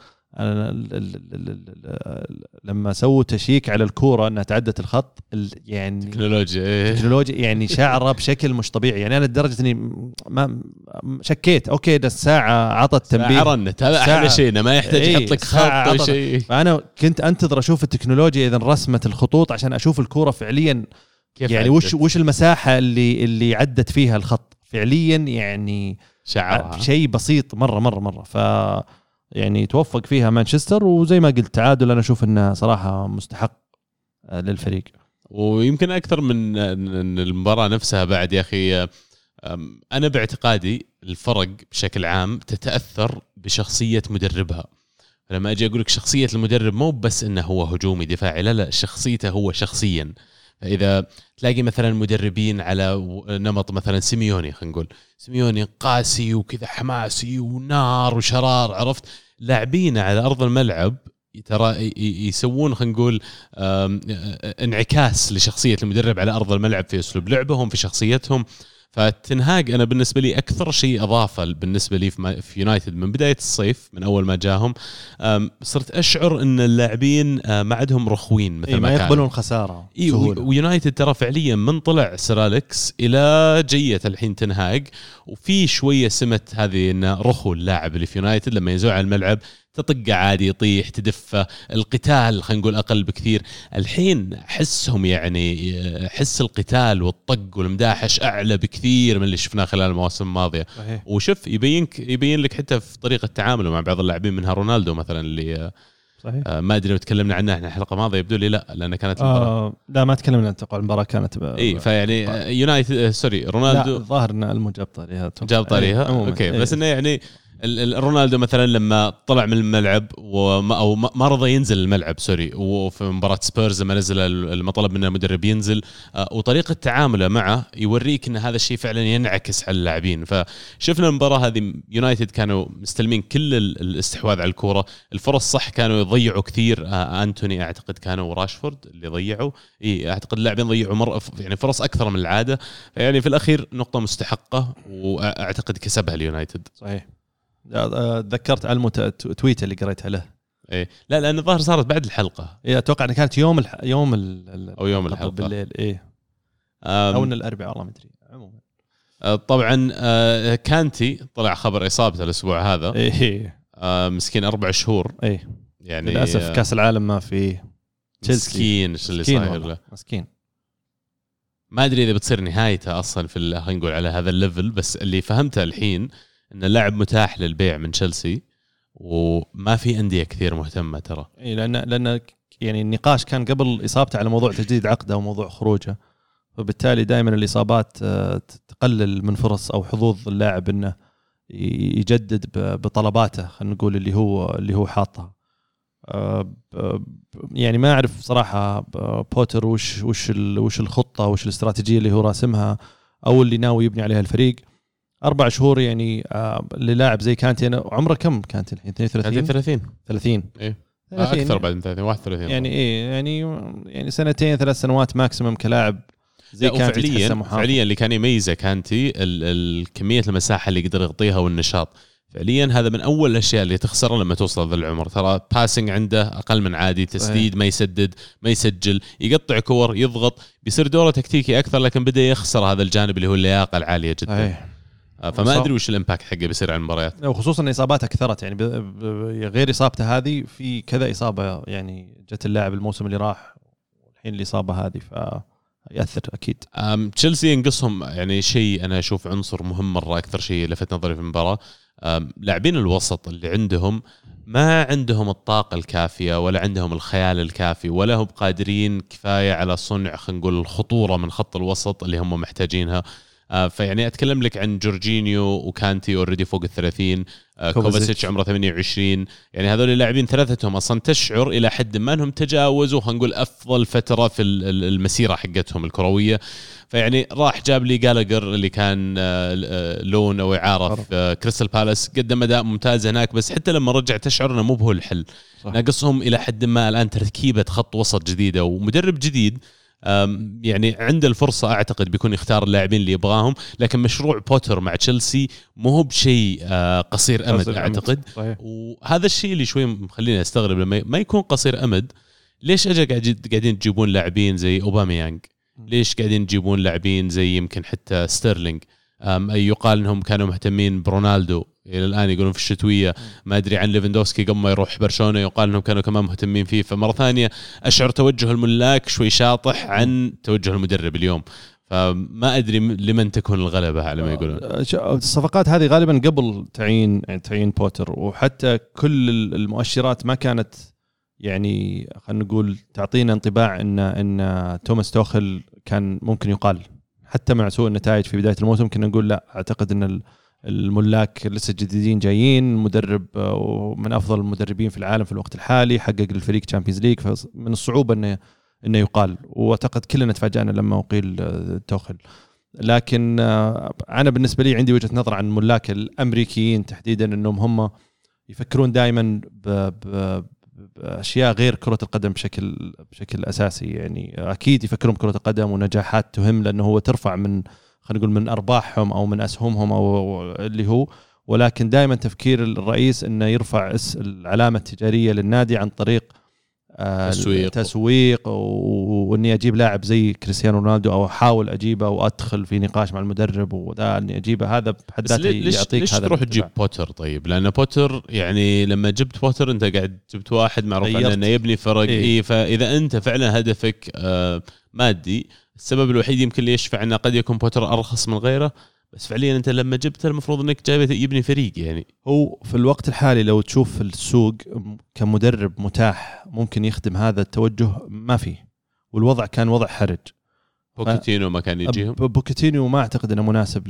لما سووا تشيك على الكوره انها تعدت الخط يعني تكنولوجيا يعني شعره بشكل مش طبيعي يعني انا لدرجه اني ما شكيت اوكي ده الساعه عطت تنبيه رنت هذا احلى شيء ما يحتاج يحط لك خط او شيء فانا كنت انتظر اشوف التكنولوجيا اذا رسمت الخطوط عشان اشوف الكوره فعليا يعني وش المساحه اللي عدت فيها الخط فعليا يعني شعرها شيء بسيط مره ف يعني توفق فيها مانشستر وزي ما قلت تعادل أنا أشوف أنه صراحة مستحق للفريق ويمكن أكثر من المباراة نفسها بعد يا أخي أنا باعتقادي الفرق بشكل عام تتأثر بشخصية مدربها لما أجي أقولك شخصية المدرب مو بس إنه هو هجومي دفاعي لا شخصيته هو شخصيا فإذا تلاقي مثلا مدربين على نمط مثلا سيميوني خلينا نقول سيميوني قاسي وكذا حماسي ونار وشرار عرفت لاعبين على أرض الملعب ترى يسوون خلينا نقول انعكاس لشخصية المدرب على أرض الملعب في أسلوب لعبهم في شخصيتهم فتنهاج أنا بالنسبة لي أكثر شيء أضافه بالنسبة لي في يونايتد من بداية الصيف من أول ما جاهم صرت أشعر أن اللاعبين ما عندهم رخوين مثل ما يقبلون خسارة ويونايتد ترى فعليا من طلع سير أليكس إلى جية الحين تنهاج وفي شوية سمة هذه أن رخو اللاعب اللي في يونايتد لما ينزل على الملعب تطق عادي يطيح تدفه القتال خلينا نقول أقل بكثير الحين حسهم يعني حس القتال والطق والمداحش أعلى بكثير من اللي شفناه خلال المواسم الماضية وشوف يبين لك حتى في طريقة تعامله مع بعض اللاعبين منها رونالدو مثلا اللي صحيح. ما أدري لو تكلمنا عنه احنا الحلقة الماضية يبدو لي لا لأن كانت لا ما تكلمنا عن المباراة كانت فيعني يونايتد رونالدو ظاهر ان المجابطة لها جاب طريقها اوكي بس انه يعني رونالدو مثلا لما طلع من الملعب او ما رضى ينزل الملعب وفي مباراة سبيرز لما نزل المطلب من المدرب ينزل وطريقة تعامله معه يوريك ان هذا الشيء فعلا ينعكس على اللاعبين فشفنا المباراة هذه يونايتد كانوا مستلمين كل الاستحواذ على الكرة الفرص صح كانوا يضيعوا كثير أنتوني اعتقد كانوا وراشفورد اللي ضيعوا اعتقد اللاعبين ضيعوا يعني فرص اكثر من العادة يعني في الاخير نقطة مستحقة واعتقد كسبها اليونايتد صحيح تذكرت على تويت اللي قريتها له لا لأن الظاهر صارت بعد الحلقة أتوقع أن كانت يوم أو يوم الحلقة بالليل أو إن الأربعاء والله ما أدري عموما طبعا كانتي طلع خبر إصابته الأسبوع هذا مسكين 4 شهور يعني للأسف كأس العالم ما في مسكين إيش اللي صاير له مسكين ما أدري إذا بتصير نهايته أصلا خلينا نقول على هذا الليفل بس اللي فهمته الحين ان اللاعب متاح للبيع من تشيلسي وما في أندية كثير مهتمة ترى لأن يعني النقاش كان قبل إصابته على موضوع تجديد عقده وموضوع خروجه فبالتالي دائما الإصابات تقلل من فرص أو حظوظ اللاعب إنه يجدد بطلباته خلينا نقول اللي هو حاطها يعني ما أعرف صراحة بوتر وش الخطة وش الاستراتيجية اللي هو راسمها أو اللي ناوي يبني عليها الفريق. 4 شهور يعني للاعب زي كانتي. أنا عمره كم كانتي الحين؟ 32 إيه أكثر بعد من 31 يعني إيه يعني 2-3 سنوات ماكسيمم كلاعب زي كانتي. فعليا اللي كان يميزه كانتي الكمية المساحة اللي يقدر يغطيها والنشاط. فعليا هذا من أول الأشياء اللي تخسرها لما توصل ذا العمر. ترى باسنج عنده أقل من عادي، تسديد ما يسدد ما يسجل، يقطع كور يضغط، بيصير دوره تكتيكي أكثر، لكن بدأ يخسر هذا الجانب اللي هو اللياقة العالية جدا. فما أدري وش الإمباكت حقه بيصير على المباريات، وخصوصا أن إصاباته كثرت يعني غير إصابته هذه في كذا إصابة يعني جت اللاعب الموسم اللي راح والحين الإصابة هذه يأثر أكيد. تشيلسي ينقصهم يعني شيء أنا أشوف عنصر مهم مرة، أكثر شيء لفت نظري في المباراة لاعبين الوسط اللي عندهم ما عندهم الطاقة الكافية ولا عندهم الخيال الكافي ولا هم قادرين كفاية على صنع خلينا نقول الخطورة من خط الوسط اللي هم محتاجينها. فيعني أتكلم لك عن جورجينيو وكانتي أوريدي فوق 30، كوفاسيتش عمره 28، يعني هذول اللاعبين ثلاثتهم أصلا تشعر إلى حد ما أنهم تجاوزوا خلينا نقول أفضل فترة في المسيرة حقتهم الكروية. فيعني راح جاب لي جالاجر اللي كان لون أو إعارة في كريستال بالاس، قدم أداء ممتاز هناك، بس حتى لما رجع تشعر أنه مو بهو الحل. ناقصهم إلى حد ما الآن تركيبة خط وسط جديدة ومدرب جديد. يعني عنده الفرصة أعتقد بيكون يختار اللاعبين اللي يبغاهم، لكن مشروع بوتر مع تشيلسي مو هو بشيء قصير أمد أعتقد. وهذا الشيء اللي شوي مخليني أستغرب لما ما يكون قصير أمد. ليش قاعدين تجيبون لاعبين زي أوباميانغ؟ ليش قاعدين تجيبون لاعبين زي يمكن حتى ستيرلينج؟ يقال انهم كانوا مهتمين برونالدو الى الان، يقولون في الشتويه. ما ادري عن ليفاندوفسكي قبل ما يروح برشلونه يقال انهم كانوا كمان مهتمين فيه. فمره ثانيه اشعر توجه الملاك شوي شاطح عن توجه المدرب اليوم. فما ادري لمن تكون الغلبه على ما يقولون. الصفقات هذه غالبا قبل تعيين بوتر، وحتى كل المؤشرات ما كانت يعني خلينا نقول تعطينا انطباع ان توماس توخل كان ممكن يقال. حتى مع سوء النتائج في بداية الموسم كنا نقول لا، أعتقد أن الملاك لسه جديدين جايين، مدرب من أفضل المدربين في العالم في الوقت الحالي، حقق للفريق تشامبيونز ليج، فمن الصعوبة إنه يقال. وأعتقد كلنا تفاجأنا لما أقيل توخل. لكن أنا بالنسبة لي عندي وجهة نظر عن الملاك الأمريكيين تحديدا، أنهم هم يفكرون دائما بأشياء غير كرة القدم بشكل أساسي. يعني أكيد يفكرون بكرة القدم ونجاحات تهم، لأنه هو ترفع من خلينا نقول من أرباحهم أو من أسهمهم أو اللي هو، ولكن دائما تفكير الرئيس إنه يرفع العلامة التجارية للنادي عن طريق تسويق وإني أجيب لاعب زي كريستيانو رونالدو أو أحاول أجيبه وأدخل في نقاش مع المدرب، وده إني أجيبه هذا بحد ذاته يعطيك ليش هذا. تروح تجيب بوتر؟ طيب لأن بوتر يعني لما جبت بوتر أنت قاعد جبت واحد معروف أنه يبني فرق. إيه فإذا أنت فعلا هدفك مادي، السبب الوحيد يمكن اللي يشفع أنه قد يكون بوتر أرخص من غيره، بس فعليا أنت لما جبته المفروض أنك جايبه يبني فريق. يعني هو في الوقت الحالي لو تشوف السوق كمدرب متاح ممكن يخدم هذا التوجه ما فيه، والوضع كان وضع حرج. بوكيتينو ما كان يجيهم. بوكيتينو ما أعتقد أنه مناسب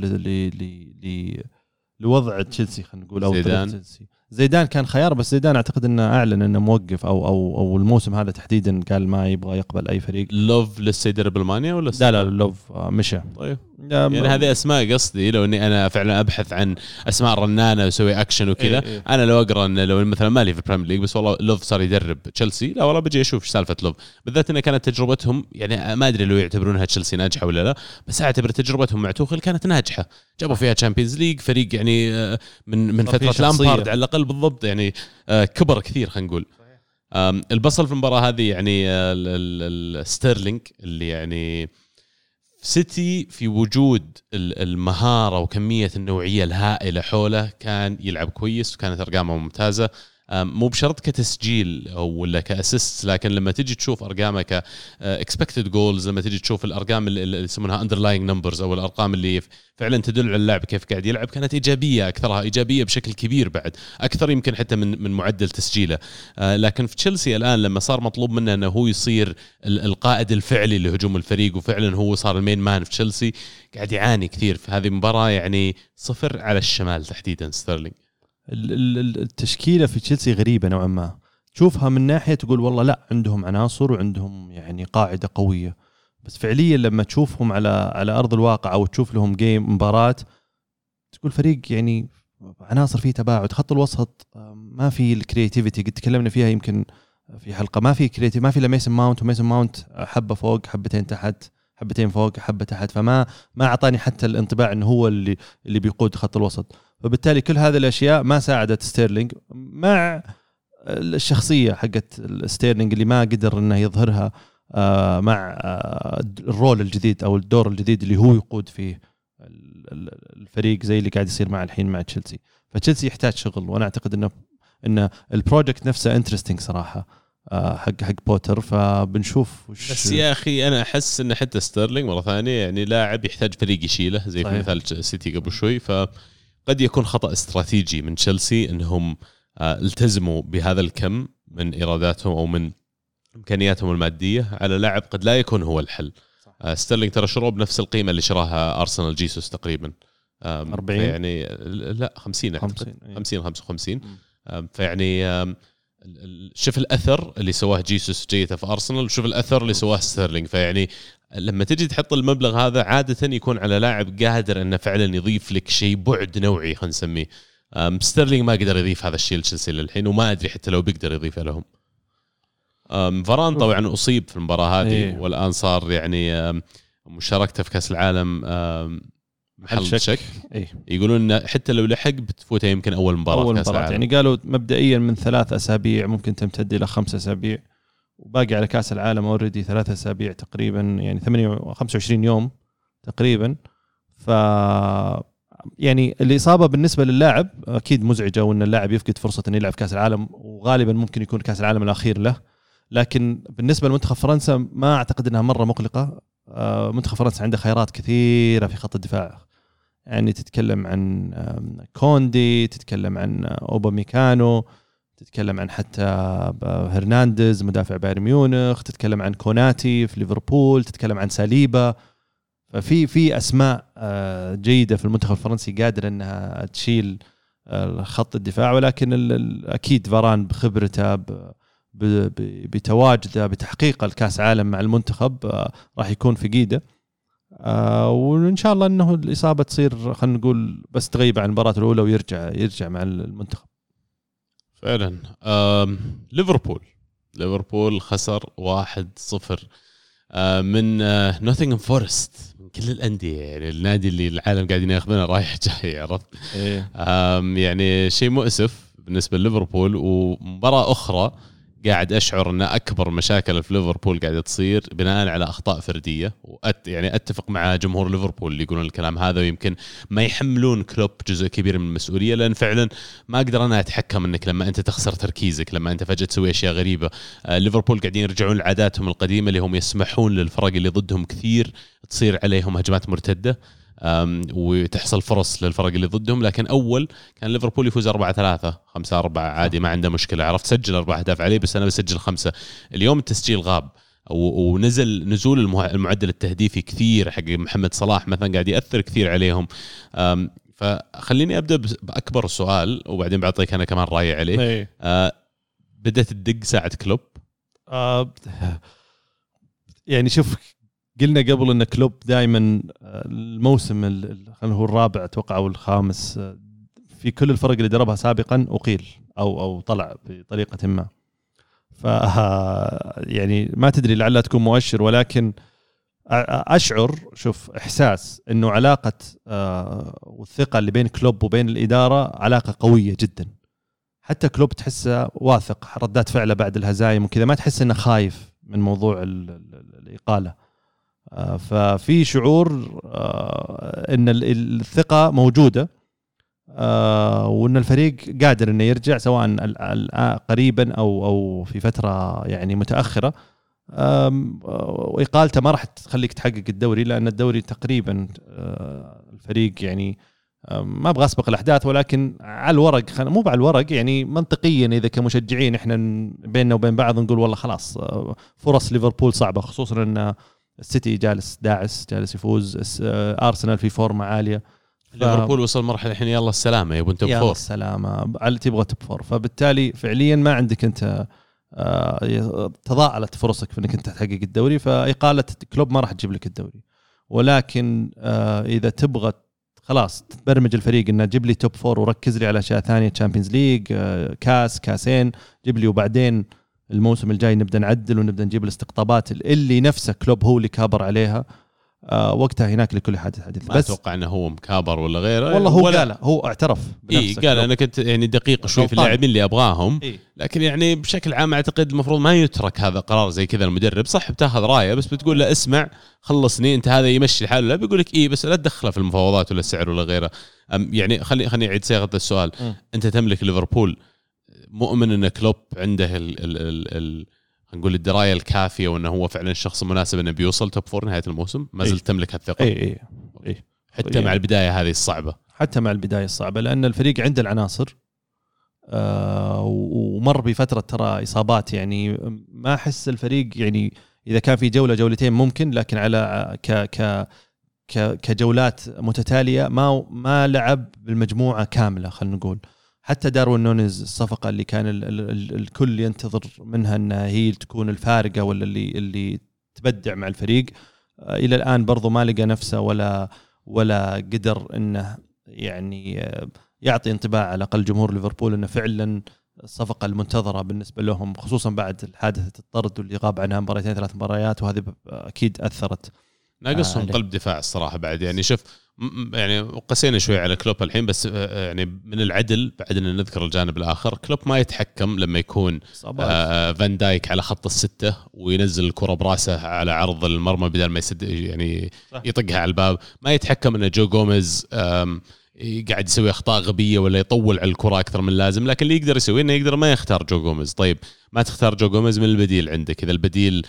لوضع تشيلسي. خلينا نقول أو زيدان كان خيار، بس زيدان أعتقد أنه أعلن أنه موقف أو الموسم هذا تحديدا قال ما يبغى يقبل أي فريق. لوف لسه يدرب ألمانيا ولا لا لوف مشى. طيب يعني هذه أسماء قصدي، لو إني أنا فعلا أبحث عن أسماء رنانة وسوي أكشن وكذا. أنا لو أقرأ إن لو مثلا مالي في البريمير ليج بس والله لوف صار يدرب تشيلسي، لا والله بجي أشوف سالفة لوف، بالذات إن كانت تجربتهم يعني ما أدري لو يعتبرونها تشيلسي ناجحة ولا لا، بس أعتبر تجربتهم مع توخل كانت ناجحة. جابوا فيها تشامبيونز ليج، فريق يعني من فترة لامبارد على الأقل بالضبط، يعني كبر كثير خلينا نقول. البصل في المباراة هذه يعني الستيرلينج اللي يعني سيتي في وجود المهارة وكمية النوعية الهائلة حوله كان يلعب كويس وكانت أرقامه ممتازة. مو بشرط كتسجيل أو ولا كأسيست، لكن لما تيجي تشوف أرقامه كإكسبكتد جولز، لما تيجي تشوف الأرقام اللي يسمونها underlying numbers أو الأرقام اللي فعلا تدل على اللاعب كيف قاعد يلعب، كانت إيجابية، أكثرها إيجابية بشكل كبير، بعد أكثر يمكن حتى من معدل تسجيله. لكن في تشيلسي الآن لما صار مطلوب منه أنه هو يصير القائد الفعلي لهجوم الفريق، وفعلا هو صار المين مان في تشيلسي، قاعد يعاني كثير في هذه المباراة. يعني 0 على الشمال تحديدا ستيرلينج. التشكيلة في تشيلسي غريبة نوعا ما. تشوفها من ناحيه تقول والله لا عندهم عناصر وعندهم يعني قاعده قويه، بس فعليا لما تشوفهم على ارض الواقع او تشوف لهم جيم مباراه تقول فريق يعني عناصر فيه تباعد. خط الوسط ما في الكرياتيفيتي، قد تكلمنا فيها يمكن في حلقه، ما في كرياتيف، ما في لميسن ماونت، وميسن ماونت حبه فوق حبتين تحت، حبتين فوق حبه تحت، فما اعطاني حتى الانطباع انه هو اللي بيقود خط الوسط. فبالتالي كل هذه الاشياء ما ساعدت ستيرلينج مع الشخصيه حقت ستيرلينج اللي ما قدر انه يظهرها مع الرول الجديد او الدور الجديد اللي هو يقود فيه الفريق زي اللي قاعد يصير مع الحين مع تشيلسي. فتشيلسي يحتاج شغل، وانا اعتقد انه البروجكت نفسه انترستينج صراحه حق بوتر، فبنشوف بس يا اخي انا احس ان حتى ستيرلينج مره ثانيه يعني لاعب يحتاج فريق يشيله زي في مثال سيتي قبل شوي، فقد يكون خطأ استراتيجي من تشيلسي انهم التزموا بهذا الكم من ايراداتهم او من امكانياتهم الماديه على لاعب قد لا يكون هو الحل. ستيرلينج ترى شروه بنفس القيمه اللي شراها ارسنال جيسوس تقريبا 40 يعني لا 50 55 فيعني شوف الاثر اللي سواه جيسوس جيته في ارسنال وشوف الاثر اللي سواه ستيرلينج. فيعني لما تجي تحط المبلغ هذا عاده يكون على لاعب قادر انه فعلا يضيف لك شيء بعد نوعي خلينا نسميه. ستيرلينج ما قدر يضيف هذا الشيء لتشيلسي للحين، وما ادري حتى لو بيقدر يضيفه لهم. فاران طبعا أصيب في المباراة هذه والآن صار يعني مشاركته في كأس العالم محل شك. يقولون حتى لو لحق بتفوته يمكن أول مباراة كأس العالم. يعني قالوا مبدئيا من 3 أسابيع ممكن تمتد إلى 5 أسابيع، وباقي على كأس العالم أوريدي 3 أسابيع تقريبا، يعني 25 يوم تقريبا. ف يعني الإصابة بالنسبة للاعب أكيد مزعجة، وأن اللاعب يفقد فرصة أن يلعب كأس العالم، وغالبا ممكن يكون كأس العالم الأخير له. لكن بالنسبة لمنتخب فرنسا ما أعتقد أنها مرة مقلقة. منتخب فرنسا عنده خيارات كثيرة في خط الدفاع، يعني تتكلم عن كوندي، تتكلم عن أوباميكانو، تتكلم عن حتى هرنانديز مدافع بايرن ميونخ، تتكلم عن كوناتي في ليفربول، تتكلم عن ساليبا. ففي أسماء جيدة في المنتخب الفرنسي قادرة أنها تشيل خط الدفاع، ولكن أكيد فاران بخبرته بتواجده بتحقيق الكاس عالم مع المنتخب راح يكون في قيده. وإن شاء الله أنه الإصابة تصير خلينا نقول بس تغيب عن المباراة الأولى ويرجع مع المنتخب. فعلا ليفربول خسر 1-0 من نوتنغهام فورست، من كل الأندية يعني النادي اللي العالم قاعدين ياخذونه رايح جاي، عرفت؟ يعني شيء مؤسف بالنسبة لليفربول. ومباراة أخرى قاعد أشعر أن أكبر مشاكل في ليفربول قاعدة تصير بناء على أخطاء فردية. يعني أتفق مع جمهور ليفربول اللي يقولون الكلام هذا، ويمكن ما يحملون كلوب جزء كبير من المسؤولية، لأن فعلا ما أقدر أنا أتحكم أنك لما أنت تخسر تركيزك، لما أنت فجأة تسوي أشياء غريبة. ليفربول قاعدين يرجعون لعاداتهم القديمة اللي هم يسمحون للفرق اللي ضدهم كثير تصير عليهم هجمات مرتدة وتحصل فرص للفرق اللي ضدهم. لكن أول كان ليفربول يفوز 4-3 5-4 عادي ما عنده مشكلة، عرفت تسجل 4 أهداف عليه بس أنا بسجل 5. اليوم التسجيل غاب ونزول المعدل التهديفي كثير حق محمد صلاح مثلا قاعد يأثر كثير عليهم. فخليني أبدأ بأكبر سؤال وبعدين بعطيك أنا كمان رأيي عليه. بدأت تدق ساعة كلوب. يعني شوف قلنا قبل ان كلوب دائما الموسم خلينا هو الرابع اتوقع او الخامس في كل الفرق اللي دربها سابقا اقيل او طلع بطريقه ما. ف يعني ما تدري لعلها تكون مؤشر، ولكن اشعر شوف احساس انه علاقه والثقه اللي بين كلوب وبين الاداره علاقه قويه جدا. حتى كلوب تحسه واثق ردات فعله بعد الهزايم وكذا، ما تحس انه خايف من موضوع الاقاله. ففي شعور ان الثقه موجوده وان الفريق قادر انه يرجع سواء قريبا او في فتره يعني متاخره. واقالته ما راح تخليك تحقق الدوري، لان الدوري تقريبا الفريق يعني ما ابغى اسبق الاحداث، ولكن على الورق مو على الورق يعني منطقيا اذا كمشجعين احنا بيننا وبين بعض نقول والله خلاص فرص ليفربول صعبه، خصوصا ان السيتي جالس داعس جالس يفوز، ارسنال في فورمه عاليه. ليفربول وصل مرحله الحين يلا السلامه يبون توب فور، يلا السلامه على تبغى توب فور، فبالتالي فعليا ما عندك انت تضاءلت فرصك في انك انت تحقق الدوري، فاقاله كلوب ما راح تجيب لك الدوري. ولكن اذا تبغى خلاص تبرمج الفريق انه جيب لي توب فور وركز لي على اشياء ثانيه، تشامبيونز ليج، كاسين جيب لي، وبعدين الموسم الجاي نبدا نعدل ونبدا نجيب الاستقطابات اللي نفسه كلوب هو اللي كابر عليها، وقتها هناك لكل حادث حديث. ما اتوقع انه هو مكابر ولا غيره، والله هو قال، هو اعترف بنفسه. قال انا كنت يعني دقيق شوي في اللاعبين اللي ابغاهم، لكن يعني بشكل عام اعتقد المفروض ما يترك هذا قرار زي كذا. المدرب صح بتاخذ رايه، بس بتقول له اسمع خلصني انت، هذا يمشي الحال لا، بيقول لك بس لا تدخله في المفاوضات ولا السعر ولا غيره. يعني خليني اعيد صياغه السؤال. انت تملك ليفربول، مؤمن ان كلوب عنده نقول الدرايه الكافيه وانه هو فعلا الشخص المناسب انه بيوصل توب فور نهايه الموسم؟ ما زلت تملك هالثقه؟ حتى مع البدايه هذه الصعبه، حتى مع البدايه الصعبه، لان الفريق عنده العناصر ومر بفتره ترى اصابات. يعني ما احس الفريق يعني اذا كان في جوله جولتين ممكن، لكن على كجولات متتاليه ما لعب بالمجموعه كامله. خلينا نقول حتى داروين نونيز الصفقه اللي كان الكل ينتظر منها انها هي تكون الفارقه ولا اللي تبدع مع الفريق، الى الان برضو ما لقى نفسه ولا قدر انه يعني يعطي انطباع على الاقل جمهور ليفربول انه فعلا الصفقه المنتظره بالنسبه لهم، خصوصا بعد حادثه الطرد واللي غاب عنها مباراتين 3 مباريات، وهذه اكيد اثرت. ناقصهم قلب دفاع الصراحه بعد. يعني شوف يعني قسينا شوي على كلوب الحين، بس يعني من العدل بعد ان نذكر الجانب الاخر، كلوب ما يتحكم لما يكون فان دايك على خط الستة وينزل الكرة براسه على عرض المرمى بدل ما يسد يعني يطقها على الباب. ما يتحكم ان جو غوميز قاعد يسوي اخطاء غبيه ولا يطول على الكره اكثر من اللازم، لكن اللي يقدر يسويه انه يقدر ما يختار جو غوميز. طيب ما تختار جو غوميز، من البديل عندك؟ اذا البديل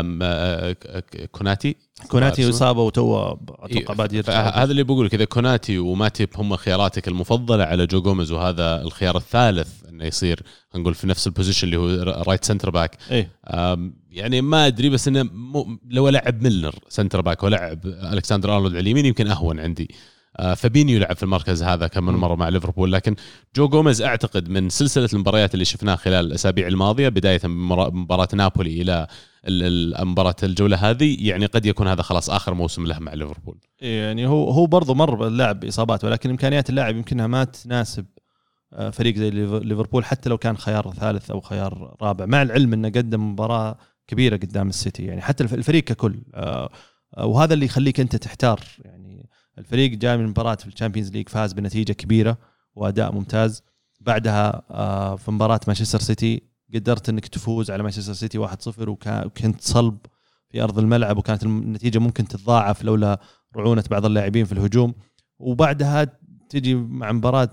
كوناتي يصابه وتو اتوقع بعد يرجع. هذا اللي بقول كذا، كوناتي وماتيب هم خياراتك المفضله على جو غوميز، وهذا الخيار الثالث انه يصير نقول في نفس البوزيشن اللي هو رايت سنتر باك. يعني ما ادري، بس انه لو لعب ميلنر سنتر باك ولعب الكسندر ارنولد على اليمين يمكن اهون عندي. فابينيو يلعب في المركز هذا كم من مرة مع ليفربول، لكن جو غوميز أعتقد من سلسلة المباريات اللي شفناها خلال الأسابيع الماضية بداية بمباراة نابولي إلى مباراة الجولة هذه، يعني قد يكون هذا خلاص آخر موسم له مع ليفربول. يعني هو برضو مر اللاعب بإصابات، ولكن إمكانيات اللاعب يمكنها ما تناسب فريق زي ليفربول حتى لو كان خيار ثالث أو خيار رابع، مع العلم أنه قدم مباراة كبيرة قدام السيتي. يعني حتى الفريق ككل، وهذا اللي يخليك أنت تحتار. يعني الفريق جاء من مباراة في الشامبيونز ليج فاز بنتيجة كبيرة وأداء ممتاز، بعدها في مباراة مانشستر سيتي قدرت أنك تفوز على مانشستر سيتي 1-0 وكنت صلب في أرض الملعب، وكانت النتيجة ممكن تتضاعف لولا رعونة بعض اللاعبين في الهجوم. وبعدها تجي مع مباراة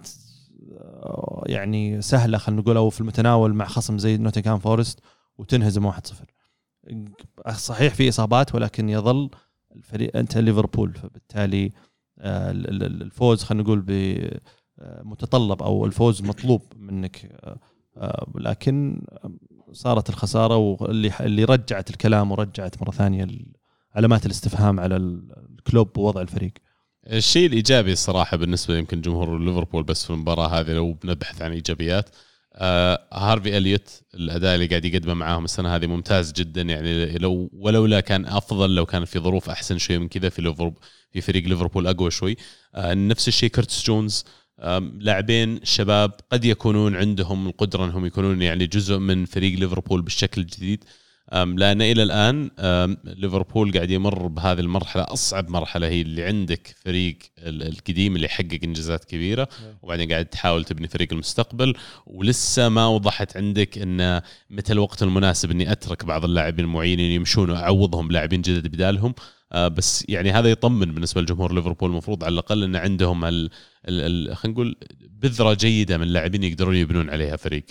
يعني سهلة خلينا نقول أو في المتناول مع خصم زي نوتنغهام فورست وتنهزم 1-0. صحيح في إصابات، ولكن يظل الفريق أنت ليفربول، فبالتالي الفوز خلينا نقول بمتطلب أو الفوز مطلوب منك، لكن صارت الخسارة واللي رجعت الكلام ورجعت مرة ثانية علامات الاستفهام على الكلوب ووضع الفريق. الشيء الإيجابي الصراحة بالنسبة يمكن جمهور ليفربول بس في المباراة هذه، لو بنبحث عن إيجابيات، هارفي إليوت الأداء اللي قاعد يقدمه معاهم السنة هذه ممتاز جدا. يعني ولولا كان أفضل لو كان في ظروف أحسن شوي من كذا في فريق ليفربول أقوى شوي. نفس الشيء كيرتس جونز، لاعبين شباب قد يكونون عندهم القدرة أنهم يكونون يعني جزء من فريق ليفربول بالشكل الجديد، لأن إلى الآن ليفربول قاعد يمر بهذه المرحلة، أصعب مرحلة هي اللي عندك فريق القديم اللي يحقق إنجازات كبيرة، وبعدين قاعد تحاول تبني فريق المستقبل، ولسه ما وضحت عندك إن متى الوقت المناسب إني أترك بعض اللاعبين المعينين يمشون وأعوضهم بلاعبين جدد بدالهم. بس يعني هذا يطمن بالنسبة لجمهور ليفربول، المفروض على الأقل إن عندهم خلينا نقول بذرة جيدة من لاعبين يقدرون يبنون عليها فريق.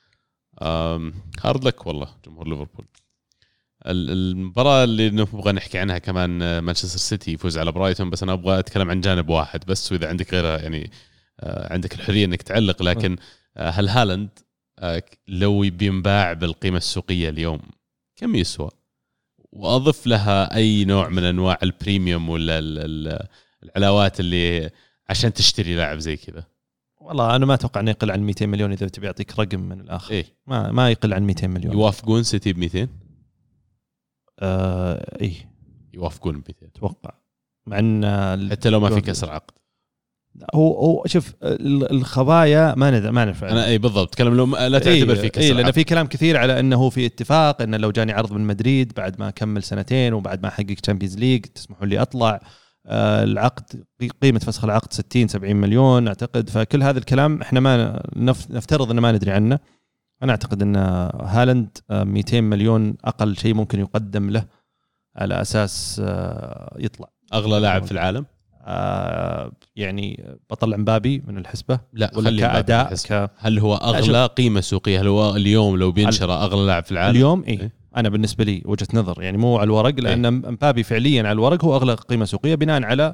هارد لك والله جمهور ليفربول. المباراة اللي نبغى نحكي عنها كمان مانشستر سيتي يفوز على برايتون، بس أنا أبغى أتكلم عن جانب واحد بس، وإذا عندك غيره يعني عندك الحرية إنك تعلق. لكن هل هالاند لو بينباع بالقيمة السوقية اليوم كم يسوى؟ وأضف لها أي نوع من أنواع البريميوم ولا العلاوات اللي عشان تشتري لاعب زي كذا؟ والله انا ما اتوقع انه يقل عن 200 مليون اذا تبي يعطيك رقم من الاخر. إيه؟ ما يقل عن 200 مليون. يوافقون سيتي ب 200؟ ايه يوافقون ب 200 اتوقع، مع ان حتى لو ما في كسر عقد. هو شوف الخبايا ما نفع. انا اي بالضبط اتكلم لو لا تعتبر في كسر لان في كلام كثير على انه في اتفاق انه لو جاني عرض من مدريد بعد ما اكمل 2 وبعد ما احقق تشامبيونز ليج تسمحوا لي اطلع. العقد قيمه فسخ العقد 60-70 مليون اعتقد. فكل هذا الكلام احنا ما نفترض انه ما ندري عنه. انا اعتقد ان هالاند 200 مليون اقل شيء ممكن يقدم له على اساس يطلع اغلى لاعب في العالم. يعني بطلع مبابي من الحسبة؟ لا، ولا كأداء هل هو أغلى قيمة سوقية؟ هل هو اليوم لو بينشر أغلى لاعب في العالم اليوم؟ إيه؟ أنا بالنسبة لي وجهة نظر يعني مو على الورق، لأن مبابي فعليا على الورق هو أغلى قيمة سوقية بناء على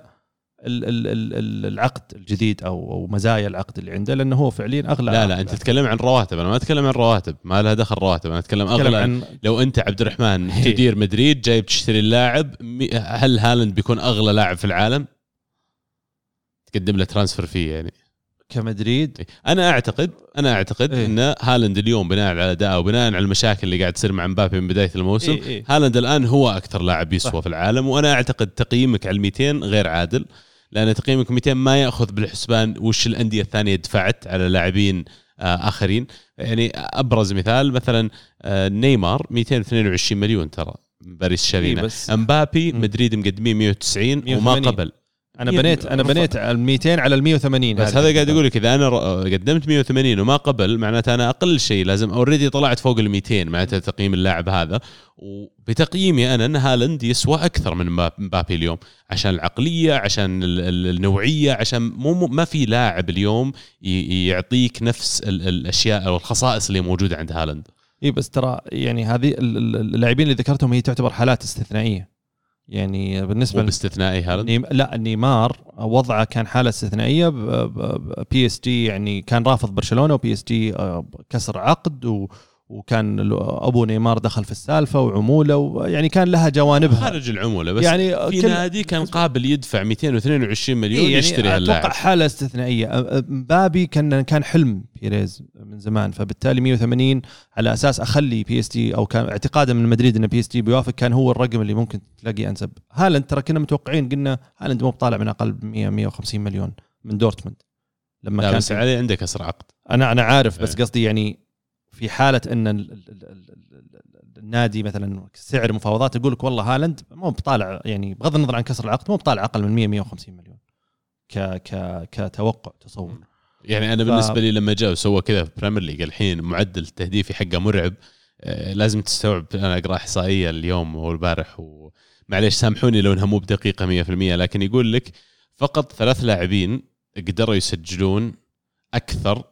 العقد الجديد أو مزايا العقد اللي عنده، لأنه هو فعليا أغلى. لا أنت تتكلم عن رواتب، أنا ما أتكلم عن رواتب، ما لها دخل رواتب. أنا أتكلم أغلى لو أنت عبد الرحمن تدير مدريد جاي بتشتري اللاعب، هل هالاند بيكون أغلى لاعب في العالم؟ تقدم له ترانسفير فيه يعني كمدريد. انا اعتقد ان هالاند اليوم بناء على اداءه وبناء على المشاكل اللي قاعد تصير مع مبابي من بدايه الموسم، هالاند الان هو اكثر لاعب يسوى في العالم. وانا اعتقد تقييمك على 200 غير عادل، لان تقييمك 200 ما ياخذ بالحسبان وش الانديه الثانيه دفعت على لاعبين اخرين. يعني ابرز مثال مثلا نيمار 222 مليون ترى باريس شارينا. مبابي مدريد مقدمين 190 وما قبل. انا بنيت ال 200 على ال 180. بس هذا قاعد يقول لك اذا انا قدمت 180 وما قبل معناته انا اقل شيء لازم اوريدي طلعت فوق ال 200 معناته تقييم اللاعب هذا. وبتقييمي انا ان هالاند يسوى اكثر من مبابي اليوم عشان العقليه، عشان النوعيه، عشان ما في لاعب اليوم يعطيك نفس الاشياء او الخصائص اللي موجوده عند هالاند. اي بس ترى يعني هذه اللاعبين اللي ذكرتهم هي تعتبر حالات استثنائيه. يعني بالنسبه باستثنائي هالاند لا، نيمار وضعه كان حاله استثنائيه. بي اس جي يعني كان رافض برشلونه، وبي اس جي كسر عقد وكان ابو نيمار دخل في السالفه وعموله، يعني كان لها جوانبها خارج العموله. بس يعني في نادي كان قابل يدفع 222 مليون يعني يشتري هاللاعب. اتوقع حاله استثنائيه. مبابي كان حلم بيريز من زمان، فبالتالي 180 على اساس اخلي بي اس جي، او كان اعتقادا من مدريد ان بي اس جي بيوافق، كان هو الرقم اللي ممكن تلاقي انسب. هالاند ترى كنا متوقعين، قلنا هالاند مو طالع من اقل 150 مليون من دورتموند لما كان بس عليه عندك كسر عقد. انا عارف، بس قصدي يعني في حالة أن النادي مثلا سعر مفاوضات يقول لك والله هالاند مو بطالع، يعني بغض النظر عن كسر العقد مو بطالع أقل من 100-150 مليون كتوقع تصور. يعني أنا بالنسبة لي لما جاء وسوى كذا في بريمير ليج الحين معدل التهديفي حقه مرعب. لازم تستوعب، أنا أقرأ إحصائية اليوم والبارح، ومعليش سامحوني لو انها مو بدقيقة 100%، لكن يقول لك فقط 3 لاعبين قدروا يسجلون أكثر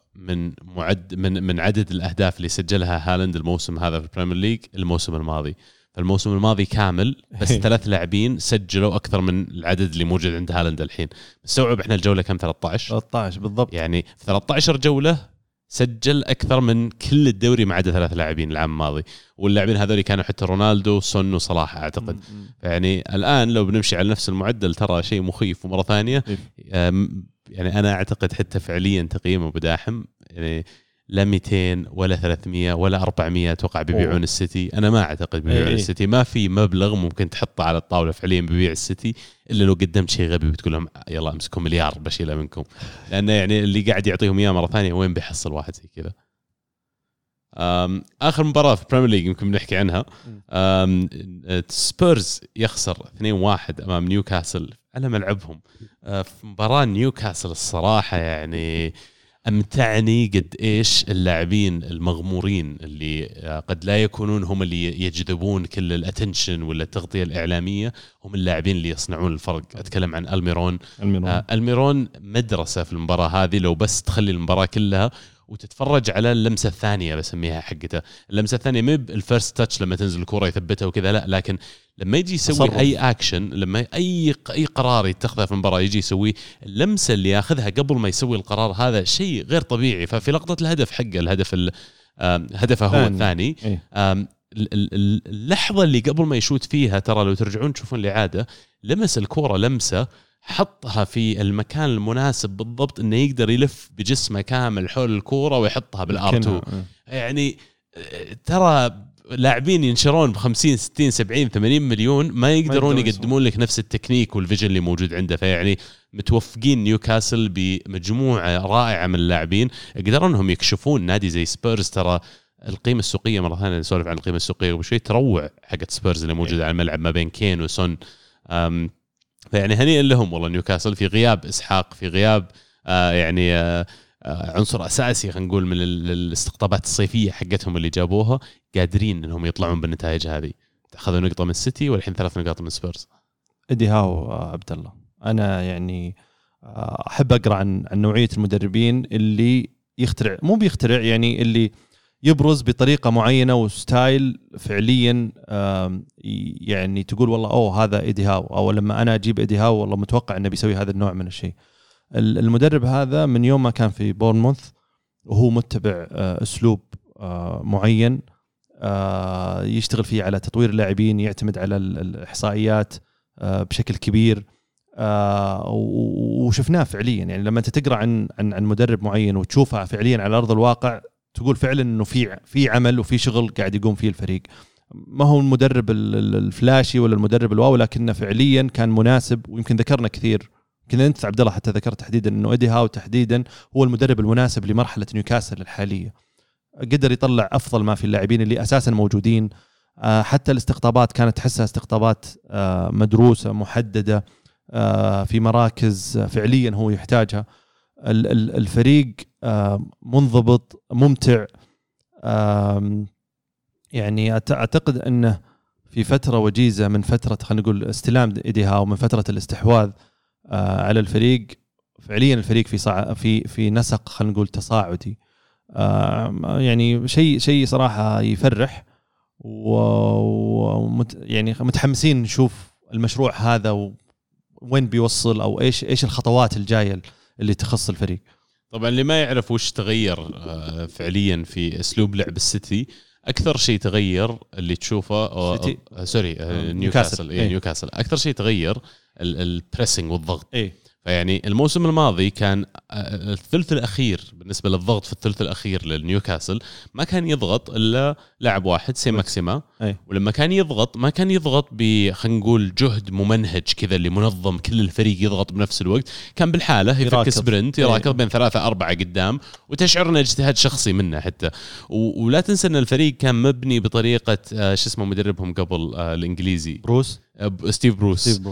من عدد الأهداف اللي سجلها هالاند الموسم هذا في البريمير ليج الموسم الماضي. فالموسم الماضي كامل بس 3 لاعبين سجلوا أكثر من العدد اللي موجود عند هالاند الحين. استوعب احنا الجولة كم؟ 13 بالضبط. يعني 13 جولة سجل أكثر من كل الدوري ما عدا 3 لاعبين العام الماضي، واللاعبين هذول كانوا حتى رونالدو سون وصلاح أعتقد. يعني الآن لو بنمشي على نفس المعدل ترى شيء مخيف. ومرة ثانية يعني أنا أعتقد حتى فعليا تقييمه بداحم، يعني لا 200 ولا 300 ولا 400 أتوقع بيبيعون السيتي. أنا ما أعتقد بيبيعون السيتي. ما في مبلغ ممكن تحطه على الطاولة فعليا ببيع السيتي إلا لو قدمت شيء غبي بتقول لهم يلا أمسكوا مليار بشيله منكم، لأن يعني اللي قاعد يعطيهم إياه مرة ثانية وين بيحصل واحد زي كذا. آخر مباراة في البريمير ليج يمكن بنحكي عنها، سبيرز يخسر 2-1 أمام نيوكاسل على ملعبهم. في مباراة نيوكاسل الصراحة يعني أمتعني قد إيش اللاعبين المغمورين اللي قد لا يكونون هم اللي يجذبون كل الاتنشن ولا التغطية الإعلامية، هم اللاعبين اللي يصنعون الفرق. أتكلم عن الميرون مدرسة في المباراة هذه. لو بس تخلي المباراة كلها وتتفرج على اللمسة الثانية بسميها حقته، اللمسة الثانية مو بالفيرست تاتش لما تنزل الكرة يثبتها وكذا، لا، لكن لما يجي يسوي أي أكشن، لما أي قرار يتخذه في المباراة يجي يسوي اللمسة اللي ياخذها قبل ما يسوي القرار، هذا شيء غير طبيعي. ففي لقطة الهدف حقه، هدفه هو الثاني، اللحظة اللي قبل ما يشوت فيها ترى لو ترجعون تشوفون الإعادة، لمس الكرة لمسة حطها في المكان المناسب بالضبط انه يقدر يلف بجسمه كامل حول الكوره ويحطها بالار2. يعني ترى لاعبين ينشرون ب50 60 70 80 مليون ما يقدرون يقدمون لك نفس التكنيك والفيجن اللي موجود عنده. فيعني متوفقين نيوكاسل بمجموعه رائعه من اللاعبين قدروا انهم يكشفون نادي زي سبيرز. ترى القيمه السوقيه مره ثانيه نسولف عن القيمه السوقيه وشيء تروع حقت سبيرز اللي موجوده على الملعب ما بين كين وسون. فيعني هنيئا لهم والله نيوكاسل في غياب إسحاق، في غياب عنصر أساسي خلينا نقول من الاستقطابات الصيفية حقتهم اللي جابوها، قادرين إنهم يطلعون بالنتائج هذه. أخذوا نقطة من السيتي والحين 3 نقاط من سبيرز. إدي هاو عبد الله، أنا يعني أحب أقرأ عن نوعية المدربين اللي يخترع، مو بيخترع يعني اللي يبرز بطريقة معينة وستايل فعليا يعني تقول والله هذا إيدي هاو، أو لما أنا أجيب إيدي هاو والله متوقع أنه بيسوي هذا النوع من الشيء. المدرب هذا من يوم ما كان في بورنموث وهو متبع أسلوب معين يشتغل فيه على تطوير اللاعبين، يعتمد على الإحصائيات بشكل كبير، وشفناه فعليا. يعني لما أنت تقرأ عن مدرب معين وتشوفها فعليا على أرض الواقع تقول فعلا انه في عمل وفي شغل قاعد يقوم فيه الفريق. ما هو المدرب الفلاشي ولا المدرب الواو، لكنه فعليا كان مناسب. ويمكن ذكرنا كثير، يمكن انت عبد الله حتى ذكرت تحديدا انه إيدي هاو تحديدا هو المدرب المناسب لمرحله نيوكاسل الحاليه. قدر يطلع افضل ما في اللاعبين اللي اساسا موجودين. حتى الاستقطابات كانت تحسها استقطابات مدروسه محدده في مراكز فعليا هو يحتاجها. الفريق منضبط ممتع. يعني أعتقد أنه في فترة وجيزة من فترة خلينا نقول استلام إيدي هاو، من فترة الاستحواذ على الفريق، فعليا الفريق في نسق خلينا نقول تصاعدي. يعني شيء صراحة يفرح، يعني متحمسين نشوف المشروع هذا وين بيوصل، أو إيش الخطوات الجاية اللي تخص الفريق. طبعا اللي ما يعرف وش تغير فعليا في اسلوب لعب السيتي، اكثر شيء تغير اللي تشوفه نيوكاسل. نيوكاسل اكثر شيء تغير البريسنج والضغط. فيعني الموسم الماضي كان الثلث الأخير بالنسبة للضغط، في الثلث الأخير للنيوكاسل ما كان يضغط إلا لاعب واحد سي ماكسيما. ولما كان يضغط ما كان يضغط خلينا نقول جهد ممنهج كذا اللي منظم كل الفريق يضغط بنفس الوقت. كان بالحالة يفك سبرنت يراكض بين 3-4 قدام، وتشعر انه اجتهاد شخصي منه حتى. ولا تنسى ان الفريق كان مبني بطريقة شو اسمه مدربهم قبل الإنجليزي ستيف بروس.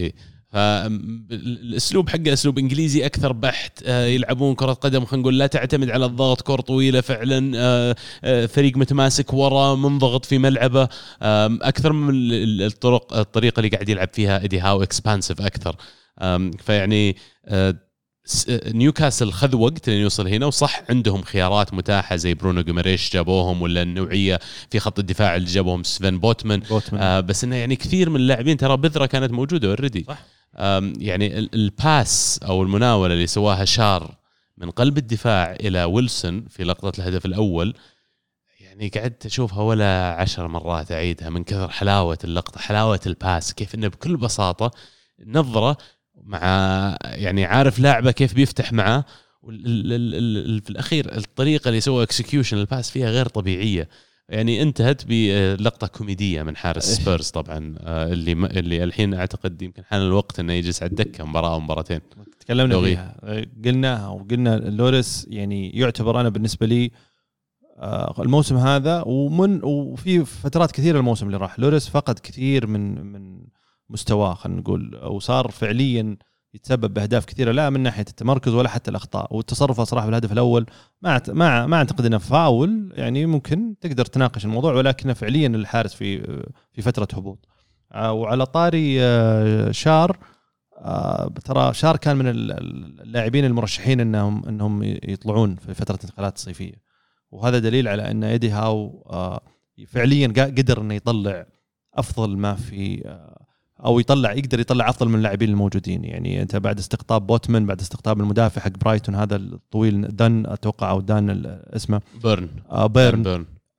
فالاسلوب حقه اسلوب انجليزي اكثر بحت. يلعبون كره قدم خلينا نقول لا تعتمد على الضغط، كره طويله فعلا، فريق متماسك ورا منضغط في ملعبه اكثر من الطريقه اللي قاعد يلعب فيها إيدي هاو اكسبانسيف اكثر. فيعني نيوكاسل خذ وقت لين يوصل هنا، وصح عندهم خيارات متاحه زي برونو جوميريش جابوهم، ولا النوعيه في خط الدفاع اللي جابوهم سفين بوتمان. بس انه يعني كثير من اللاعبين ترى بذره كانت موجوده اوريدي. يعني الباس او المناوله اللي سواها شار من قلب الدفاع الى ويلسون في لقطه الهدف الاول، يعني قعدت اشوفها ولا 10 مرات اعيدها من كثر حلاوه اللقطه، حلاوه الباس، كيف انه بكل بساطه نظره مع يعني عارف لاعبه كيف بيفتح معه. في الاخير الطريقه اللي سوى اكسكيوشن الباس فيها غير طبيعيه. يعني انتهت بلقطه كوميديه من حارس سبيرز طبعا، اللي الحين اعتقد يمكن حان الوقت انه يجلس على الدكه مباراه او مباراتين. تكلمنا فيها قلناها وقلنا لوريس يعني يعتبر انا بالنسبه لي الموسم هذا وفي فترات كثيره الموسم اللي راح لوريس فقد كثير من مستواه خلينا نقول، وصار فعليا يتسبب باهداف كثيره لا من ناحيه التمركز ولا حتى الاخطاء والتصرف. صراحه بالهدف الاول ما اعتقد انه فاول، يعني ممكن تقدر تناقش الموضوع، ولكنه فعليا الحارس في فتره هبوط. وعلى طاري شار، ترى شار كان من اللاعبين المرشحين انهم يطلعون في فتره الانتقالات الصيفيه، وهذا دليل على ان إيدي هاو فعليا قدر انه يطلع افضل ما في، او يقدر يطلع افضل من اللاعبين الموجودين. يعني انت بعد استقطاب بوتمان، بعد استقطاب المدافع حق برايتون هذا الطويل دان اتوقع، او دان اسمه بيرن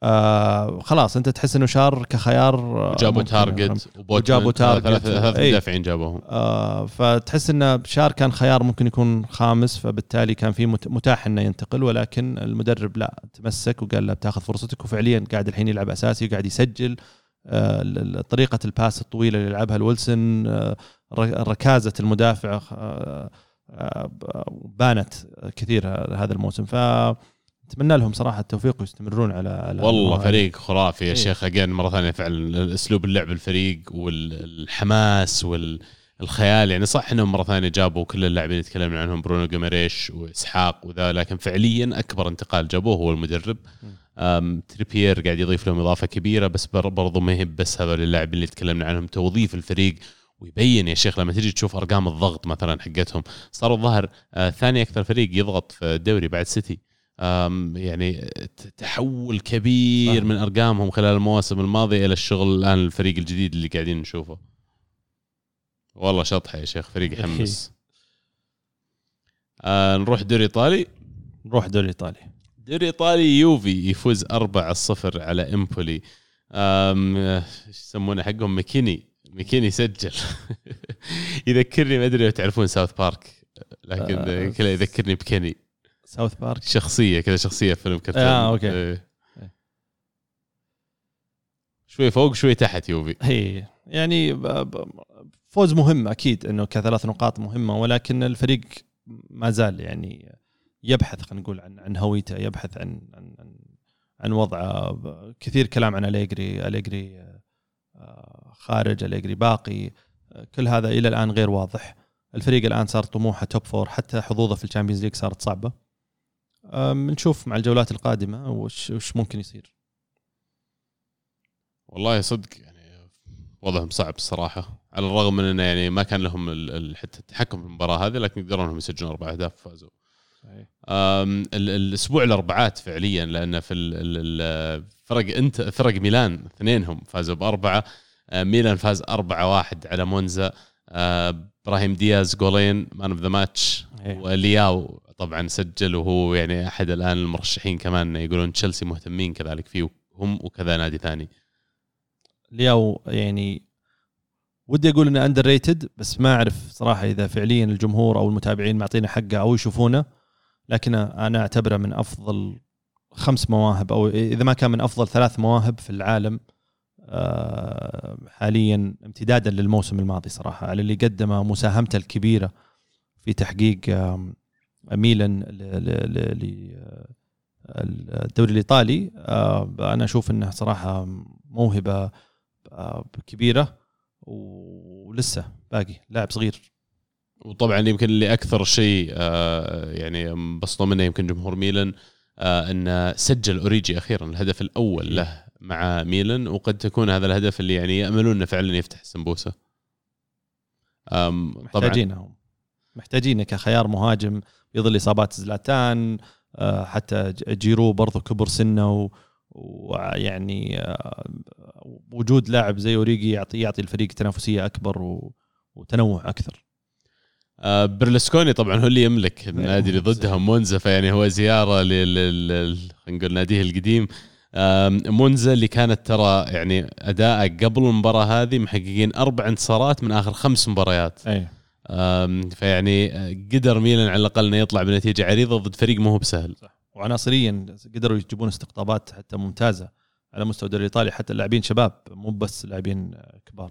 خلاص انت تحس انه شار كخيار. جابوا تارجت وجابوا تارجت ثلاث مدافعين جابوهم. فتحس ان شار كان خيار ممكن يكون خامس، فبالتالي كان في متاح انه ينتقل، ولكن المدرب لا تمسك وقال لا بتاخذ فرصتك، وفعليا قاعد الحين يلعب اساسي وقاعد يسجل. طريقه الباس الطويله اللي يلعبها الويلسون، ركازه المدافع بانت كثير هذا الموسم. اتمنى لهم صراحه التوفيق ويستمرون على والله فريق خرافي يا شيخ. اجين مره ثانيه فعلا اسلوب اللعب الفريق والحماس والخيال. يعني صح انهم مره ثانيه جابوا كل اللاعبين اللي تكلمنا عنهم، برونو جيميريش واسحاق وذا، لكن فعليا اكبر انتقال جابوه هو المدرب. تريبيير قاعد يضيف لهم اضافه كبيره، بس برضو ما هي بس هذول اللاعبين اللي تكلمنا عنهم، توظيف الفريق. ويبين يا شيخ لما تيجي تشوف ارقام الضغط مثلا حقتهم، صاروا الظاهر ثاني اكثر فريق يضغط في الدوري بعد سيتي. يعني تحول كبير من أرقامهم خلال المواسم الماضية إلى الشغل الآن الفريق الجديد اللي قاعدين نشوفه. والله شطحة يا شيخ، فريق يحمس. نروح دوري إيطالي. دوري إيطالي يوفي يفوز 4-0 على إمبولي. يسمونه حقهم ميكيني سجل. يذكرني، ما أدري لو تعرفون ساوث بارك، لكن كله يذكرني بكيني. ساوث بارك شخصية فيلم كرتون. اوكي. شوي فوق شوي تحت يوفي. هي يعني فوز مهم اكيد، انه ك3 نقاط مهمة، ولكن الفريق ما زال يعني يبحث، خلينا نقول عن هويته، يبحث عن وضعه. كثير كلام عن أليجري خارج، أليجري باقي، كل هذا الى الان غير واضح. الفريق الان صار طموحه توب 4، حتى حظوظه في الشامبيونز ليج صارت صعبة. نشوف مع الجولات القادمة وش ممكن يصير. والله صدق يعني وضعهم صعب الصراحة، على الرغم من انه يعني ما كان لهم حتى التحكم في المباراة هذه، لكن قدروا انهم يسجلون 4 أهداف فازوا. الاسبوع الاربعات فعليا، لان في فرق ميلان اثنينهم فازوا ب4. ميلان فاز 4-1 على مونزا. ابراهيم دياز جولين مان اوف ذا ماتش، ولياو طبعا سجل، وهو يعني احد الان المرشحين كمان. يقولون تشيلسي مهتمين كذلك فيه هم، وكذا نادي ثاني. لياو يعني ودي اقول انه اندر ريتد، بس ما اعرف صراحه اذا فعليا الجمهور او المتابعين معطينا حقه او يشوفونه، لكن انا اعتبره من افضل 5 مواهب، او اذا ما كان من افضل 3 مواهب في العالم حاليا، امتدادا للموسم الماضي صراحه، على اللي قدمه، مساهمته الكبيره في تحقيق ميلان للدوري الإيطالي. أنا أشوف أنه صراحة موهبة كبيرة، ولسه باقي لاعب صغير. وطبعا يمكن اللي أكثر شيء يعني انبسطوا منه يمكن جمهور ميلان، أنه سجل أوريجي أخيرا الهدف الأول له مع ميلان، وقد تكون هذا الهدف اللي يعني يأملون أنه فعلا يفتح السمبوسة. محتاجينه كخيار مهاجم يظل إصابات زلاتان، حتى جيرو برضو كبر سنه، ويعني وجود لاعب زي أوريجي يعطي الفريق تنافسية أكبر وتنوع أكثر. برلسكوني طبعا هو اللي يملك النادي اللي ضدهم مونزا، فيعني هو زيارة خلينا نقول ناديه القديم. مونزا اللي كانت ترى يعني أداء قبل المباراة هذه محققين 4 انتصارات من آخر 5 مباريات. فيعني قدر ميلان على الأقل أنه يطلع بنتيجة عريضة ضد فريق ما هو بسهل. وعناصريا قدروا يجيبون استقطابات حتى ممتازة على مستوى الدوري الإيطالي، حتى اللاعبين شباب مو بس لاعبين كبار.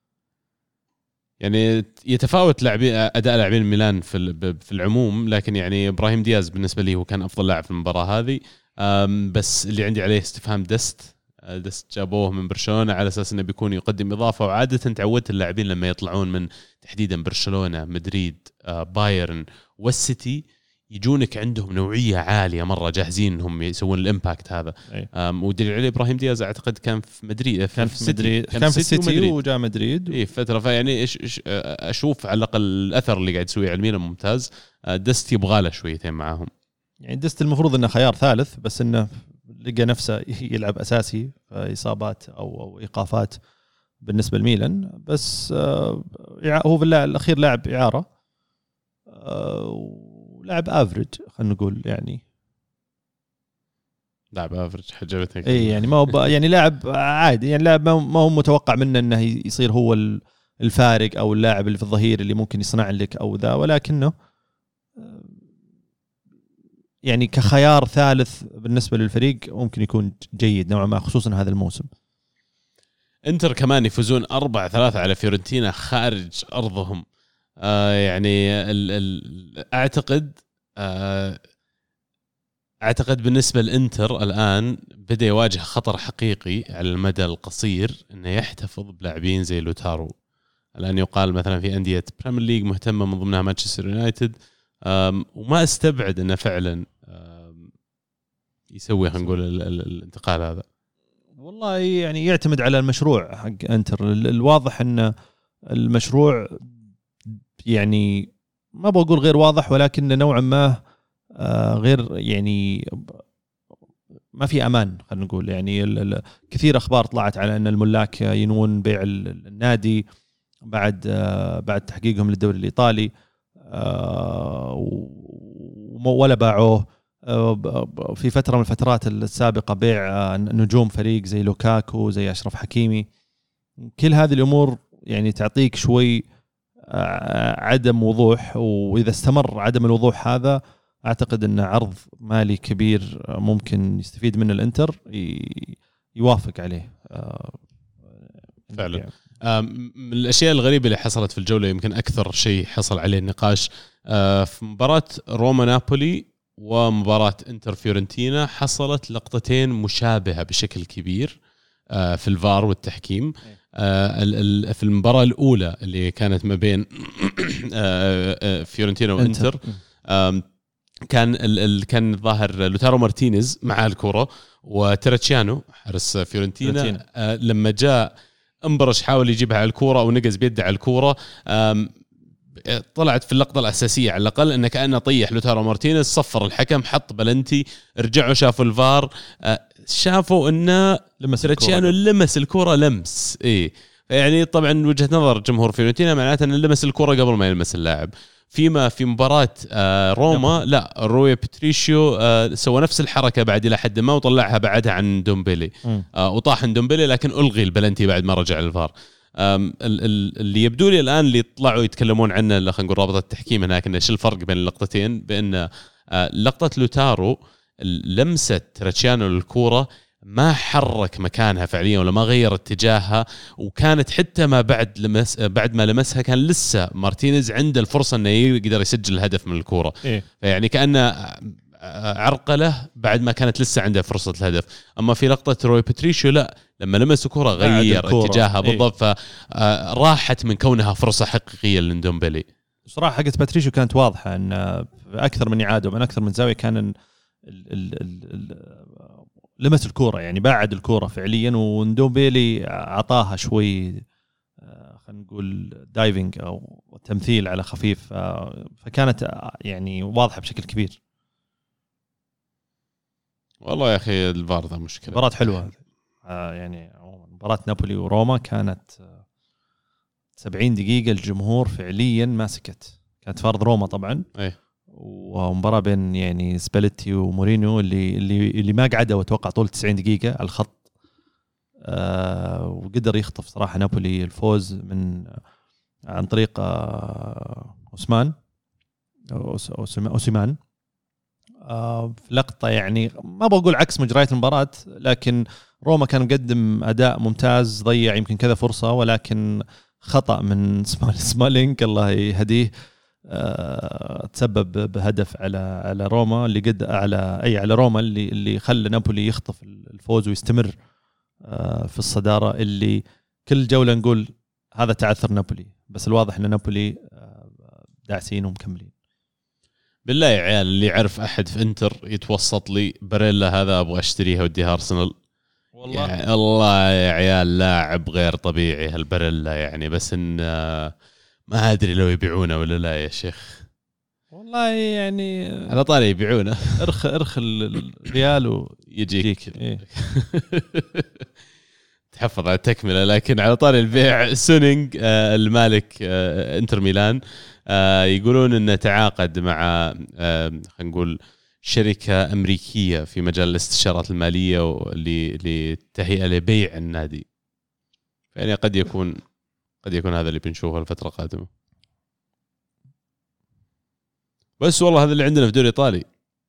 يعني يتفاوت أداء لاعبين ميلان في العموم، لكن يعني إبراهيم دياز بالنسبة لي هو كان أفضل لاعب في المباراة هذه. بس اللي عندي عليه استفهام دست جابوه من برشلونة على أساس أنه بيكون يقدم إضافة، وعادة تعودت اللاعبين لما يطلعون من تحديدا برشلونة، مدريد، بايرن والسيتي، يجونك عندهم نوعية عالية مرة، جاهزين انهم يسوون الامباكت هذا. ودليل عليه ابراهيم دياز اعتقد كان في مدريد، كان في السيتي وجاء مدريد اي فترة. فيعني اشوف على الاقل الاثر اللي قاعد يسويه على الميلان ممتاز. دست يبغى له شويتين معاهم. يعني دست المفروض انه خيار ثالث، بس انه لقى نفسه يلعب اساسي، اصابات او ايقافات بالنسبه لميلان. بس هو في الاخير لاعب اعاره، لاعب افريج خلينا نقول يعني. لاعب افرج حجبتك. يعني ما هو يعني لاعب عادي، يعني لاعب ما هو متوقع منه انه يصير هو الفارق او اللاعب اللي في الظهير اللي ممكن يصنع لك او ذا، ولكنه يعني كخيار ثالث بالنسبه للفريق ممكن يكون جيد نوعا ما، خصوصا هذا الموسم. انتر كمان يفوزون 4-3 على فيورنتينا خارج ارضهم. يعني اعتقد بالنسبه للانتر الان بدا يواجه خطر حقيقي على المدى القصير انه يحتفظ بلاعبين زي لوتارو. الان يقال مثلا في انديه بريمير ليج مهتمه من ضمنها مانشستر يونايتد، وما استبعد انه فعلا يسوي خلينا نقول الانتقال هذا. والله يعني يعتمد على المشروع حق انتر. الواضح ان المشروع يعني ما بقول غير واضح، ولكن نوعا ما غير يعني ما في امان خلينا نقول. يعني كثير اخبار طلعت على ان الملاك ينوون بيع النادي بعد تحقيقهم للدوري الايطالي، ولا باعوه في فتره من الفترات السابقه، بيع نجوم فريق زي لوكاكو زي اشرف حكيمي. كل هذه الامور يعني تعطيك شوي عدم وضوح، واذا استمر عدم الوضوح هذا اعتقد ان عرض مالي كبير ممكن يستفيد منه الانتر يوافق عليه فعلا. من الاشياء الغريبه اللي حصلت في الجوله، يمكن اكثر شيء حصل عليه النقاش في مباراه روما نابولي ومباراه انتر فيورنتينا، حصلت لقطتين مشابهه بشكل كبير في الفار والتحكيم. في المباراه الاولى اللي كانت ما بين فيورنتينا وانتر، كان ظاهر لوتارو مارتينيز مع الكرة، وتراتشيانو حارس فيورنتينا لما جاء انبرش حاول يجيبها على الكرة او نقز بيده على الكرة. طلعت في اللقطة الأساسية على الأقل أنه كأنه طيح لوتارو مارتينيز، صفر الحكم حط بلنتي، رجعوا شافوا الفار شافوا أنه تراتشيانو لمس الكرة لمس يعني طبعا وجهة نظر جمهور فيورنتينا معناته أنه لمس الكرة قبل ما يلمس اللاعب. فيما في مباراة روما لا، روي باتريشيو سوى نفس الحركة بعد إلى حد ما وطلعها بعدها عن دومبيلي، وطاح عن دومبيلي، لكن ألغي البلنتي بعد ما رجع الفار. اللي يبدو لي الآن اللي طلعوا يتكلمون عنه خلينا نقول رابطة التحكيم هناك، إنه شو الفرق بين اللقطتين، بأن لقطة لوتارو لمسة تراتشيانو للكورة ما حرك مكانها فعليا ولا ما غير اتجاهها، وكانت حتى ما بعد ما لمسها كان لسه مارتينيز عنده الفرصة انه يقدر يسجل الهدف من الكورة. فيعني كأنه عرقله بعد ما كانت لسه عنده فرصة الهدف. اما في لقطة روي باتريشيو لا، لما لمس الكورة غير اتجاهها بالضبط، فراحت من كونها فرصة حقيقية لندومبلي. صراحة حقت باتريشيو كانت واضحة ان اكثر من إعادة ومن اكثر من زاوية كان لمس الكورة، يعني بعد الكورة فعليا، وندومبيلي عطاها شوي خلينا نقول دايفنج أو تمثيل على خفيف، فكانت يعني واضحة بشكل كبير. والله يا أخي الفار ذا مشكلة. مباراة حلوة يعني مباراة نابولي وروما كانت 70 دقيقة الجمهور فعليا ما سكت، كانت فرض روما طبعا. ومباراة بين يعني سباليتي ومورينيو اللي ما قعدوا اتوقع طول 90 دقيقة على الخط، وقدر يخطف صراحة نابولي الفوز عن طريق أوسيمان في لقطة يعني ما بقول عكس مجريات المباراة، لكن روما كان مقدم أداء ممتاز، ضيع يمكن كذا فرصة، ولكن خطأ من سمالينك الله يهديه تسبب بهدف على روما اللي قد على روما اللي خلى نابولي يخطف الفوز ويستمر في الصدارة، اللي كل جولة نقول هذا تعثر نابولي، بس الواضح ان نابولي داعسين ومكملين. بالله يا عيال اللي يعرف احد في انتر يتوسط لي، باريلا هذا ابغى اشتريها وديها ارسنال والله. يعني الله يا عيال لاعب غير طبيعي هالباريلا يعني، بس ان ما ادري لو يبيعونه ولا لا يا شيخ. والله يعني على طاري يبيعونه ارخ الريال ويجيك تحفظ على التكمله. لكن على طاري البيع، سونينج المالك انتر ميلان يقولون انه تعاقد مع خلينا نقول شركة أمريكية في مجال الاستشارات المالية لتهيئة لبيع النادي. يعني قد يكون هذا اللي بنشوفه الفترة القادمة. بس والله هذا اللي عندنا في الدوري الإيطالي.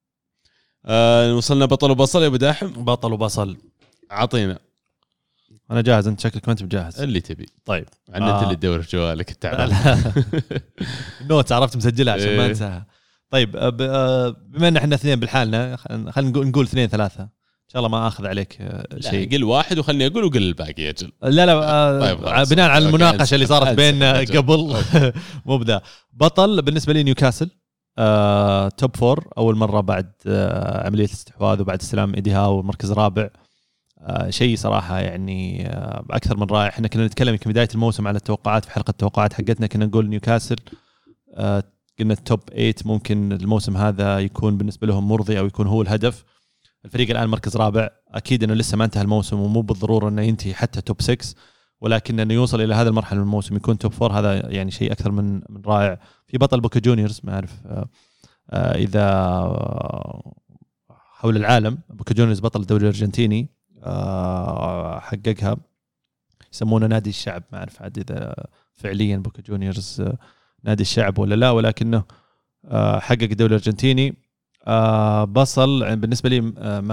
وصلنا بطل وبصل يا أبو داحم. بطل وبصل عطينا. أنا جاهز، أنت شكلك ما أنت بجاهز. اللي تبي. طيب أنت اللي تدور في جوالك التعبان. النوت عرفت مسجلها عشان ما أنساها. طيب بما أن احنا اثنين بالحالنا خلينا نقول 2-3 إن شاء الله ما أخذ عليك شيء. قل واحد وخلني أقول وقل الباقي يا جل. لا طيب بناء على المناقشة اللي صارت بيننا قبل مو بذا. بطل بالنسبة لي نيوكاسل توب 4 أول مرة بعد عملية الاستحواذ وبعد استلام إيدي هاو مركز رابع. شيء صراحة يعني أكثر من رائع. احنا كنا نتكلم في بداية الموسم على التوقعات في حلقة التوقعات حقتنا كنا نقول نيوكاسل قلنا التوب 8 ممكن الموسم هذا يكون بالنسبة لهم مرضي أو يكون هو الهدف. الفريق الآن مركز رابع، أكيد أنه لسه ما انتهى الموسم ومو بالضرورة أنه ينتهي حتى توب 6، ولكن أنه يوصل إلى هذا المرحلة من الموسم يكون توب 4 هذا يعني شيء أكثر من رائع. في بطل بوكا جونيورز ما أعرف إذا حول العالم بوكا جونيورز بطل الدوري الأرجنتيني حققها، يسمونه نادي الشعب. ما أعرف عاد إذا فعليا بوكا جونيورز نادي الشعب ولا لا، ولكنه حقق الدوري الأرجنتيني. بصل بالنسبة لي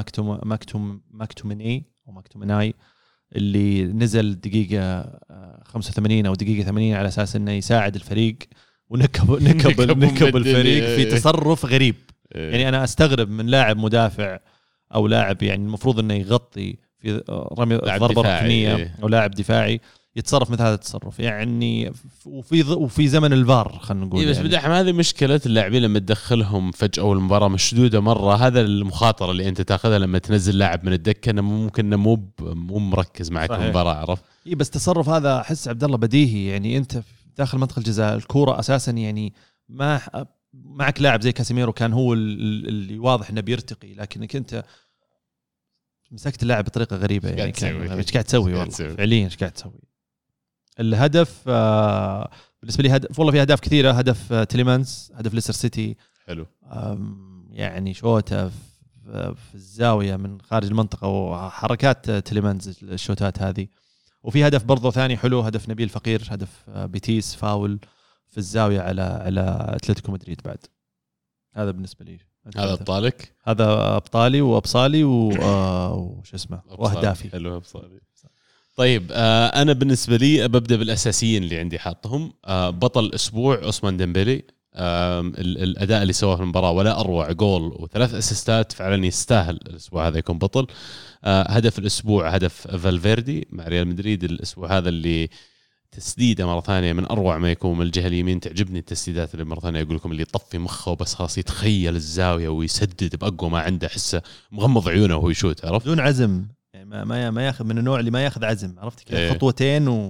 ماكتوميناي اللي نزل دقيقة 85 أو دقيقة 80 على أساس أنه يساعد الفريق ونكب الفريق في تصرف غريب. يعني أنا أستغرب من لاعب مدافع أو لاعب يعني المفروض أنه يغطي في رمي ضربة ركنية أو لاعب دفاعي يتصرف مثل هذا التصرف يعني وفي زمن الفار خلينا نقول. بس يعني. بدحم هذه مشكلة اللاعبين لما تدخلهم فجأة والمباراة مشدودة مرة، هذا المخاطرة اللي أنت تأخذها لما تنزل لاعب من الدكة أنه ممكن مو مركز معك في المباراة. عرف بس تصرف هذا أحس عبد الله بديهي. يعني أنت داخل منطقة الجزاء الكورة أساسا يعني ما معك لاعب زي كاسيميرو كان هو اللي واضح أنه بيرتقي، لكنك أنت مسكت اللاعب بطريقة غريبة. يعني ايش قاعد تسوي والله فعليا ايش قاعد تسوي. الهدف بالنسبة لي والله في أهداف كثيرة. هدف تيليمانز هدف ليستر سيتي حلو، يعني شوتة في الزاوية من خارج المنطقة وحركات تيليمانز الشوتات هذه. وفي هدف برضو ثاني حلو هدف نبيل فقير هدف بيتيس فاول في الزاوية على أتلتيكو مدريد بعد. هذا بالنسبة لي هذا أبطالك. هذا أبطالي وأبصالي وش اسمه وأهدافي. حلو أبصالي. طيب أنا بالنسبة لي ببدأ بالأساسيين اللي عندي حاطهم. بطل الأسبوع عثمان ديمبلي. الأداء اللي سواه في المباراة ولا أروع، جول و3 أسيستات، فعلا يستاهل الأسبوع هذا يكون بطل. هدف الأسبوع هدف فالفيردي مع ريال مدريد الأسبوع هذا اللي تسديده مرة ثانية من أروع ما يكون من الجهة اليمين. تعجبني التسديدات اللي مرة ثانية أقول لكم اللي يطفي مخه وبس خلاص يتخيل الزاوية ويسدد بأقوى ما عنده، حسه مغمض عيونه وهو يشوت. عرفت بدون عزم يعني ما ياخذ من النوع اللي ما ياخذ عزم. عرفت كيف خطوتين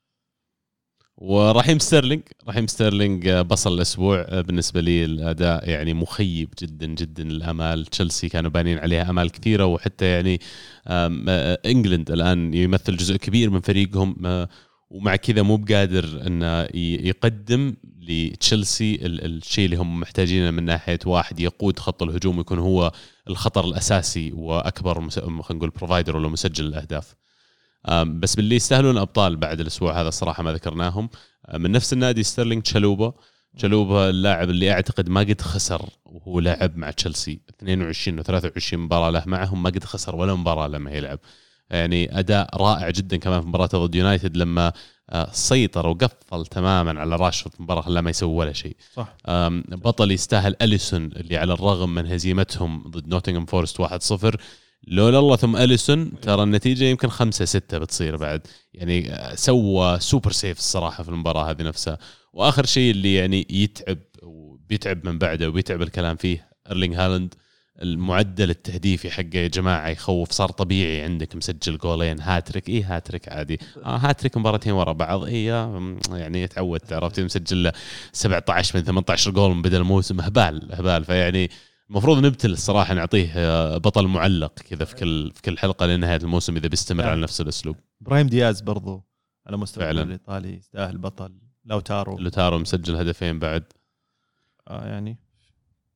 ورحيم ستيرلينج بصل الأسبوع. بالنسبة لي الأداء يعني مخيب جدا جدا. الأمال تشيلسي كانوا بانين عليها أمال كثيرة، وحتى يعني إنجلند الآن يمثل جزء كبير من فريقهم، ومع كذا مو بقادر أنه يقدم لتشيلسي الشيء اللي هم محتاجينه من ناحية واحد يقود خط الهجوم ويكون هو الخطر الأساسي وأكبر خلينا نقول بروفايدر ولا مسجل الأهداف. بس باللي يستاهلون أبطال بعد الأسبوع هذا الصراحة ما ذكرناهم. من نفس النادي ستيرلينج تشالوبا اللاعب اللي أعتقد ما قد خسر وهو لاعب مع تشيلسي 22 و 23 مباراة له معهم، ما قد خسر ولا مباراة لما يلعب. يعني أداء رائع جدا كمان في مباراة ضد يونايتد لما سيطر وقفل تماما على راشفورد في مباراة خلاه ما يسوي ولا شيء. صح. بطل يستاهل أليسون اللي على الرغم من هزيمتهم ضد نوتنغهام فورست 1-0 لولا الله ثم أليسون ترى النتيجة يمكن 5-6 بتصير بعد. يعني سوى سوبر سيف الصراحة في المباراة هذه نفسها. وآخر شيء اللي يعني يتعب وبيتعب من بعده وبيتعب الكلام فيه إيرلينغ هالاند. المعدل التهديفي حقه يا جماعة يخوف. صار طبيعي عندك مسجل جولين هاتريك. هاتريك عادي هاتريك مباراتين ورا بعض. يعني تعودت عرفت مسجل له 17 من 18 جول من بدل الموسم. هبال. فيعني المفروض نبتل الصراحة نعطيه بطل معلق كذا في كل حلقة لنهاية الموسم إذا بيستمر على نفس الأسلوب. إبراهيم دياز برضو على مستوى الإيطالي يستاهل بطل. لوتارو مسجل هدفين بعد. يعني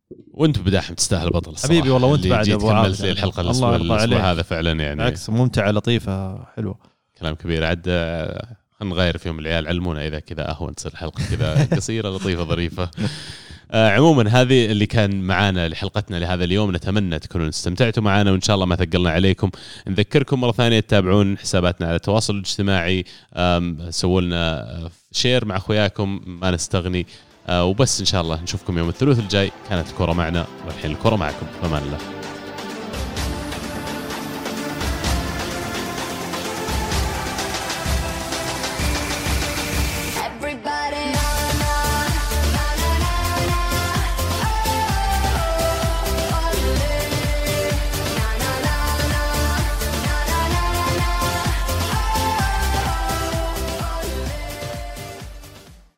وانت بداحم تستاهل بطل الصراحة. حبيبي والله، وانت بعد ابو عابد الحلقه الاسبوع هذا فعلا يعني عكس ممتعه لطيفه حلوه. كلام كبير. عاد نغير فيهم العيال، علمونا اذا كذا اهون تصير حلقه كذا قصيره لطيفه ظريفه. عموما هذه اللي كان معانا لحلقتنا لهذا اليوم، نتمنى تكونوا استمتعتوا معنا وإن شاء الله ما ثقلنا عليكم. نذكركم مرة ثانية تتابعون حساباتنا على التواصل الاجتماعي، سووا لنا شير مع أخوياكم، ما نستغني. وبس إن شاء الله نشوفكم يوم الثلاثاء الجاي. كانت الكرة معنا والحين الكرة معكم، فمان الله.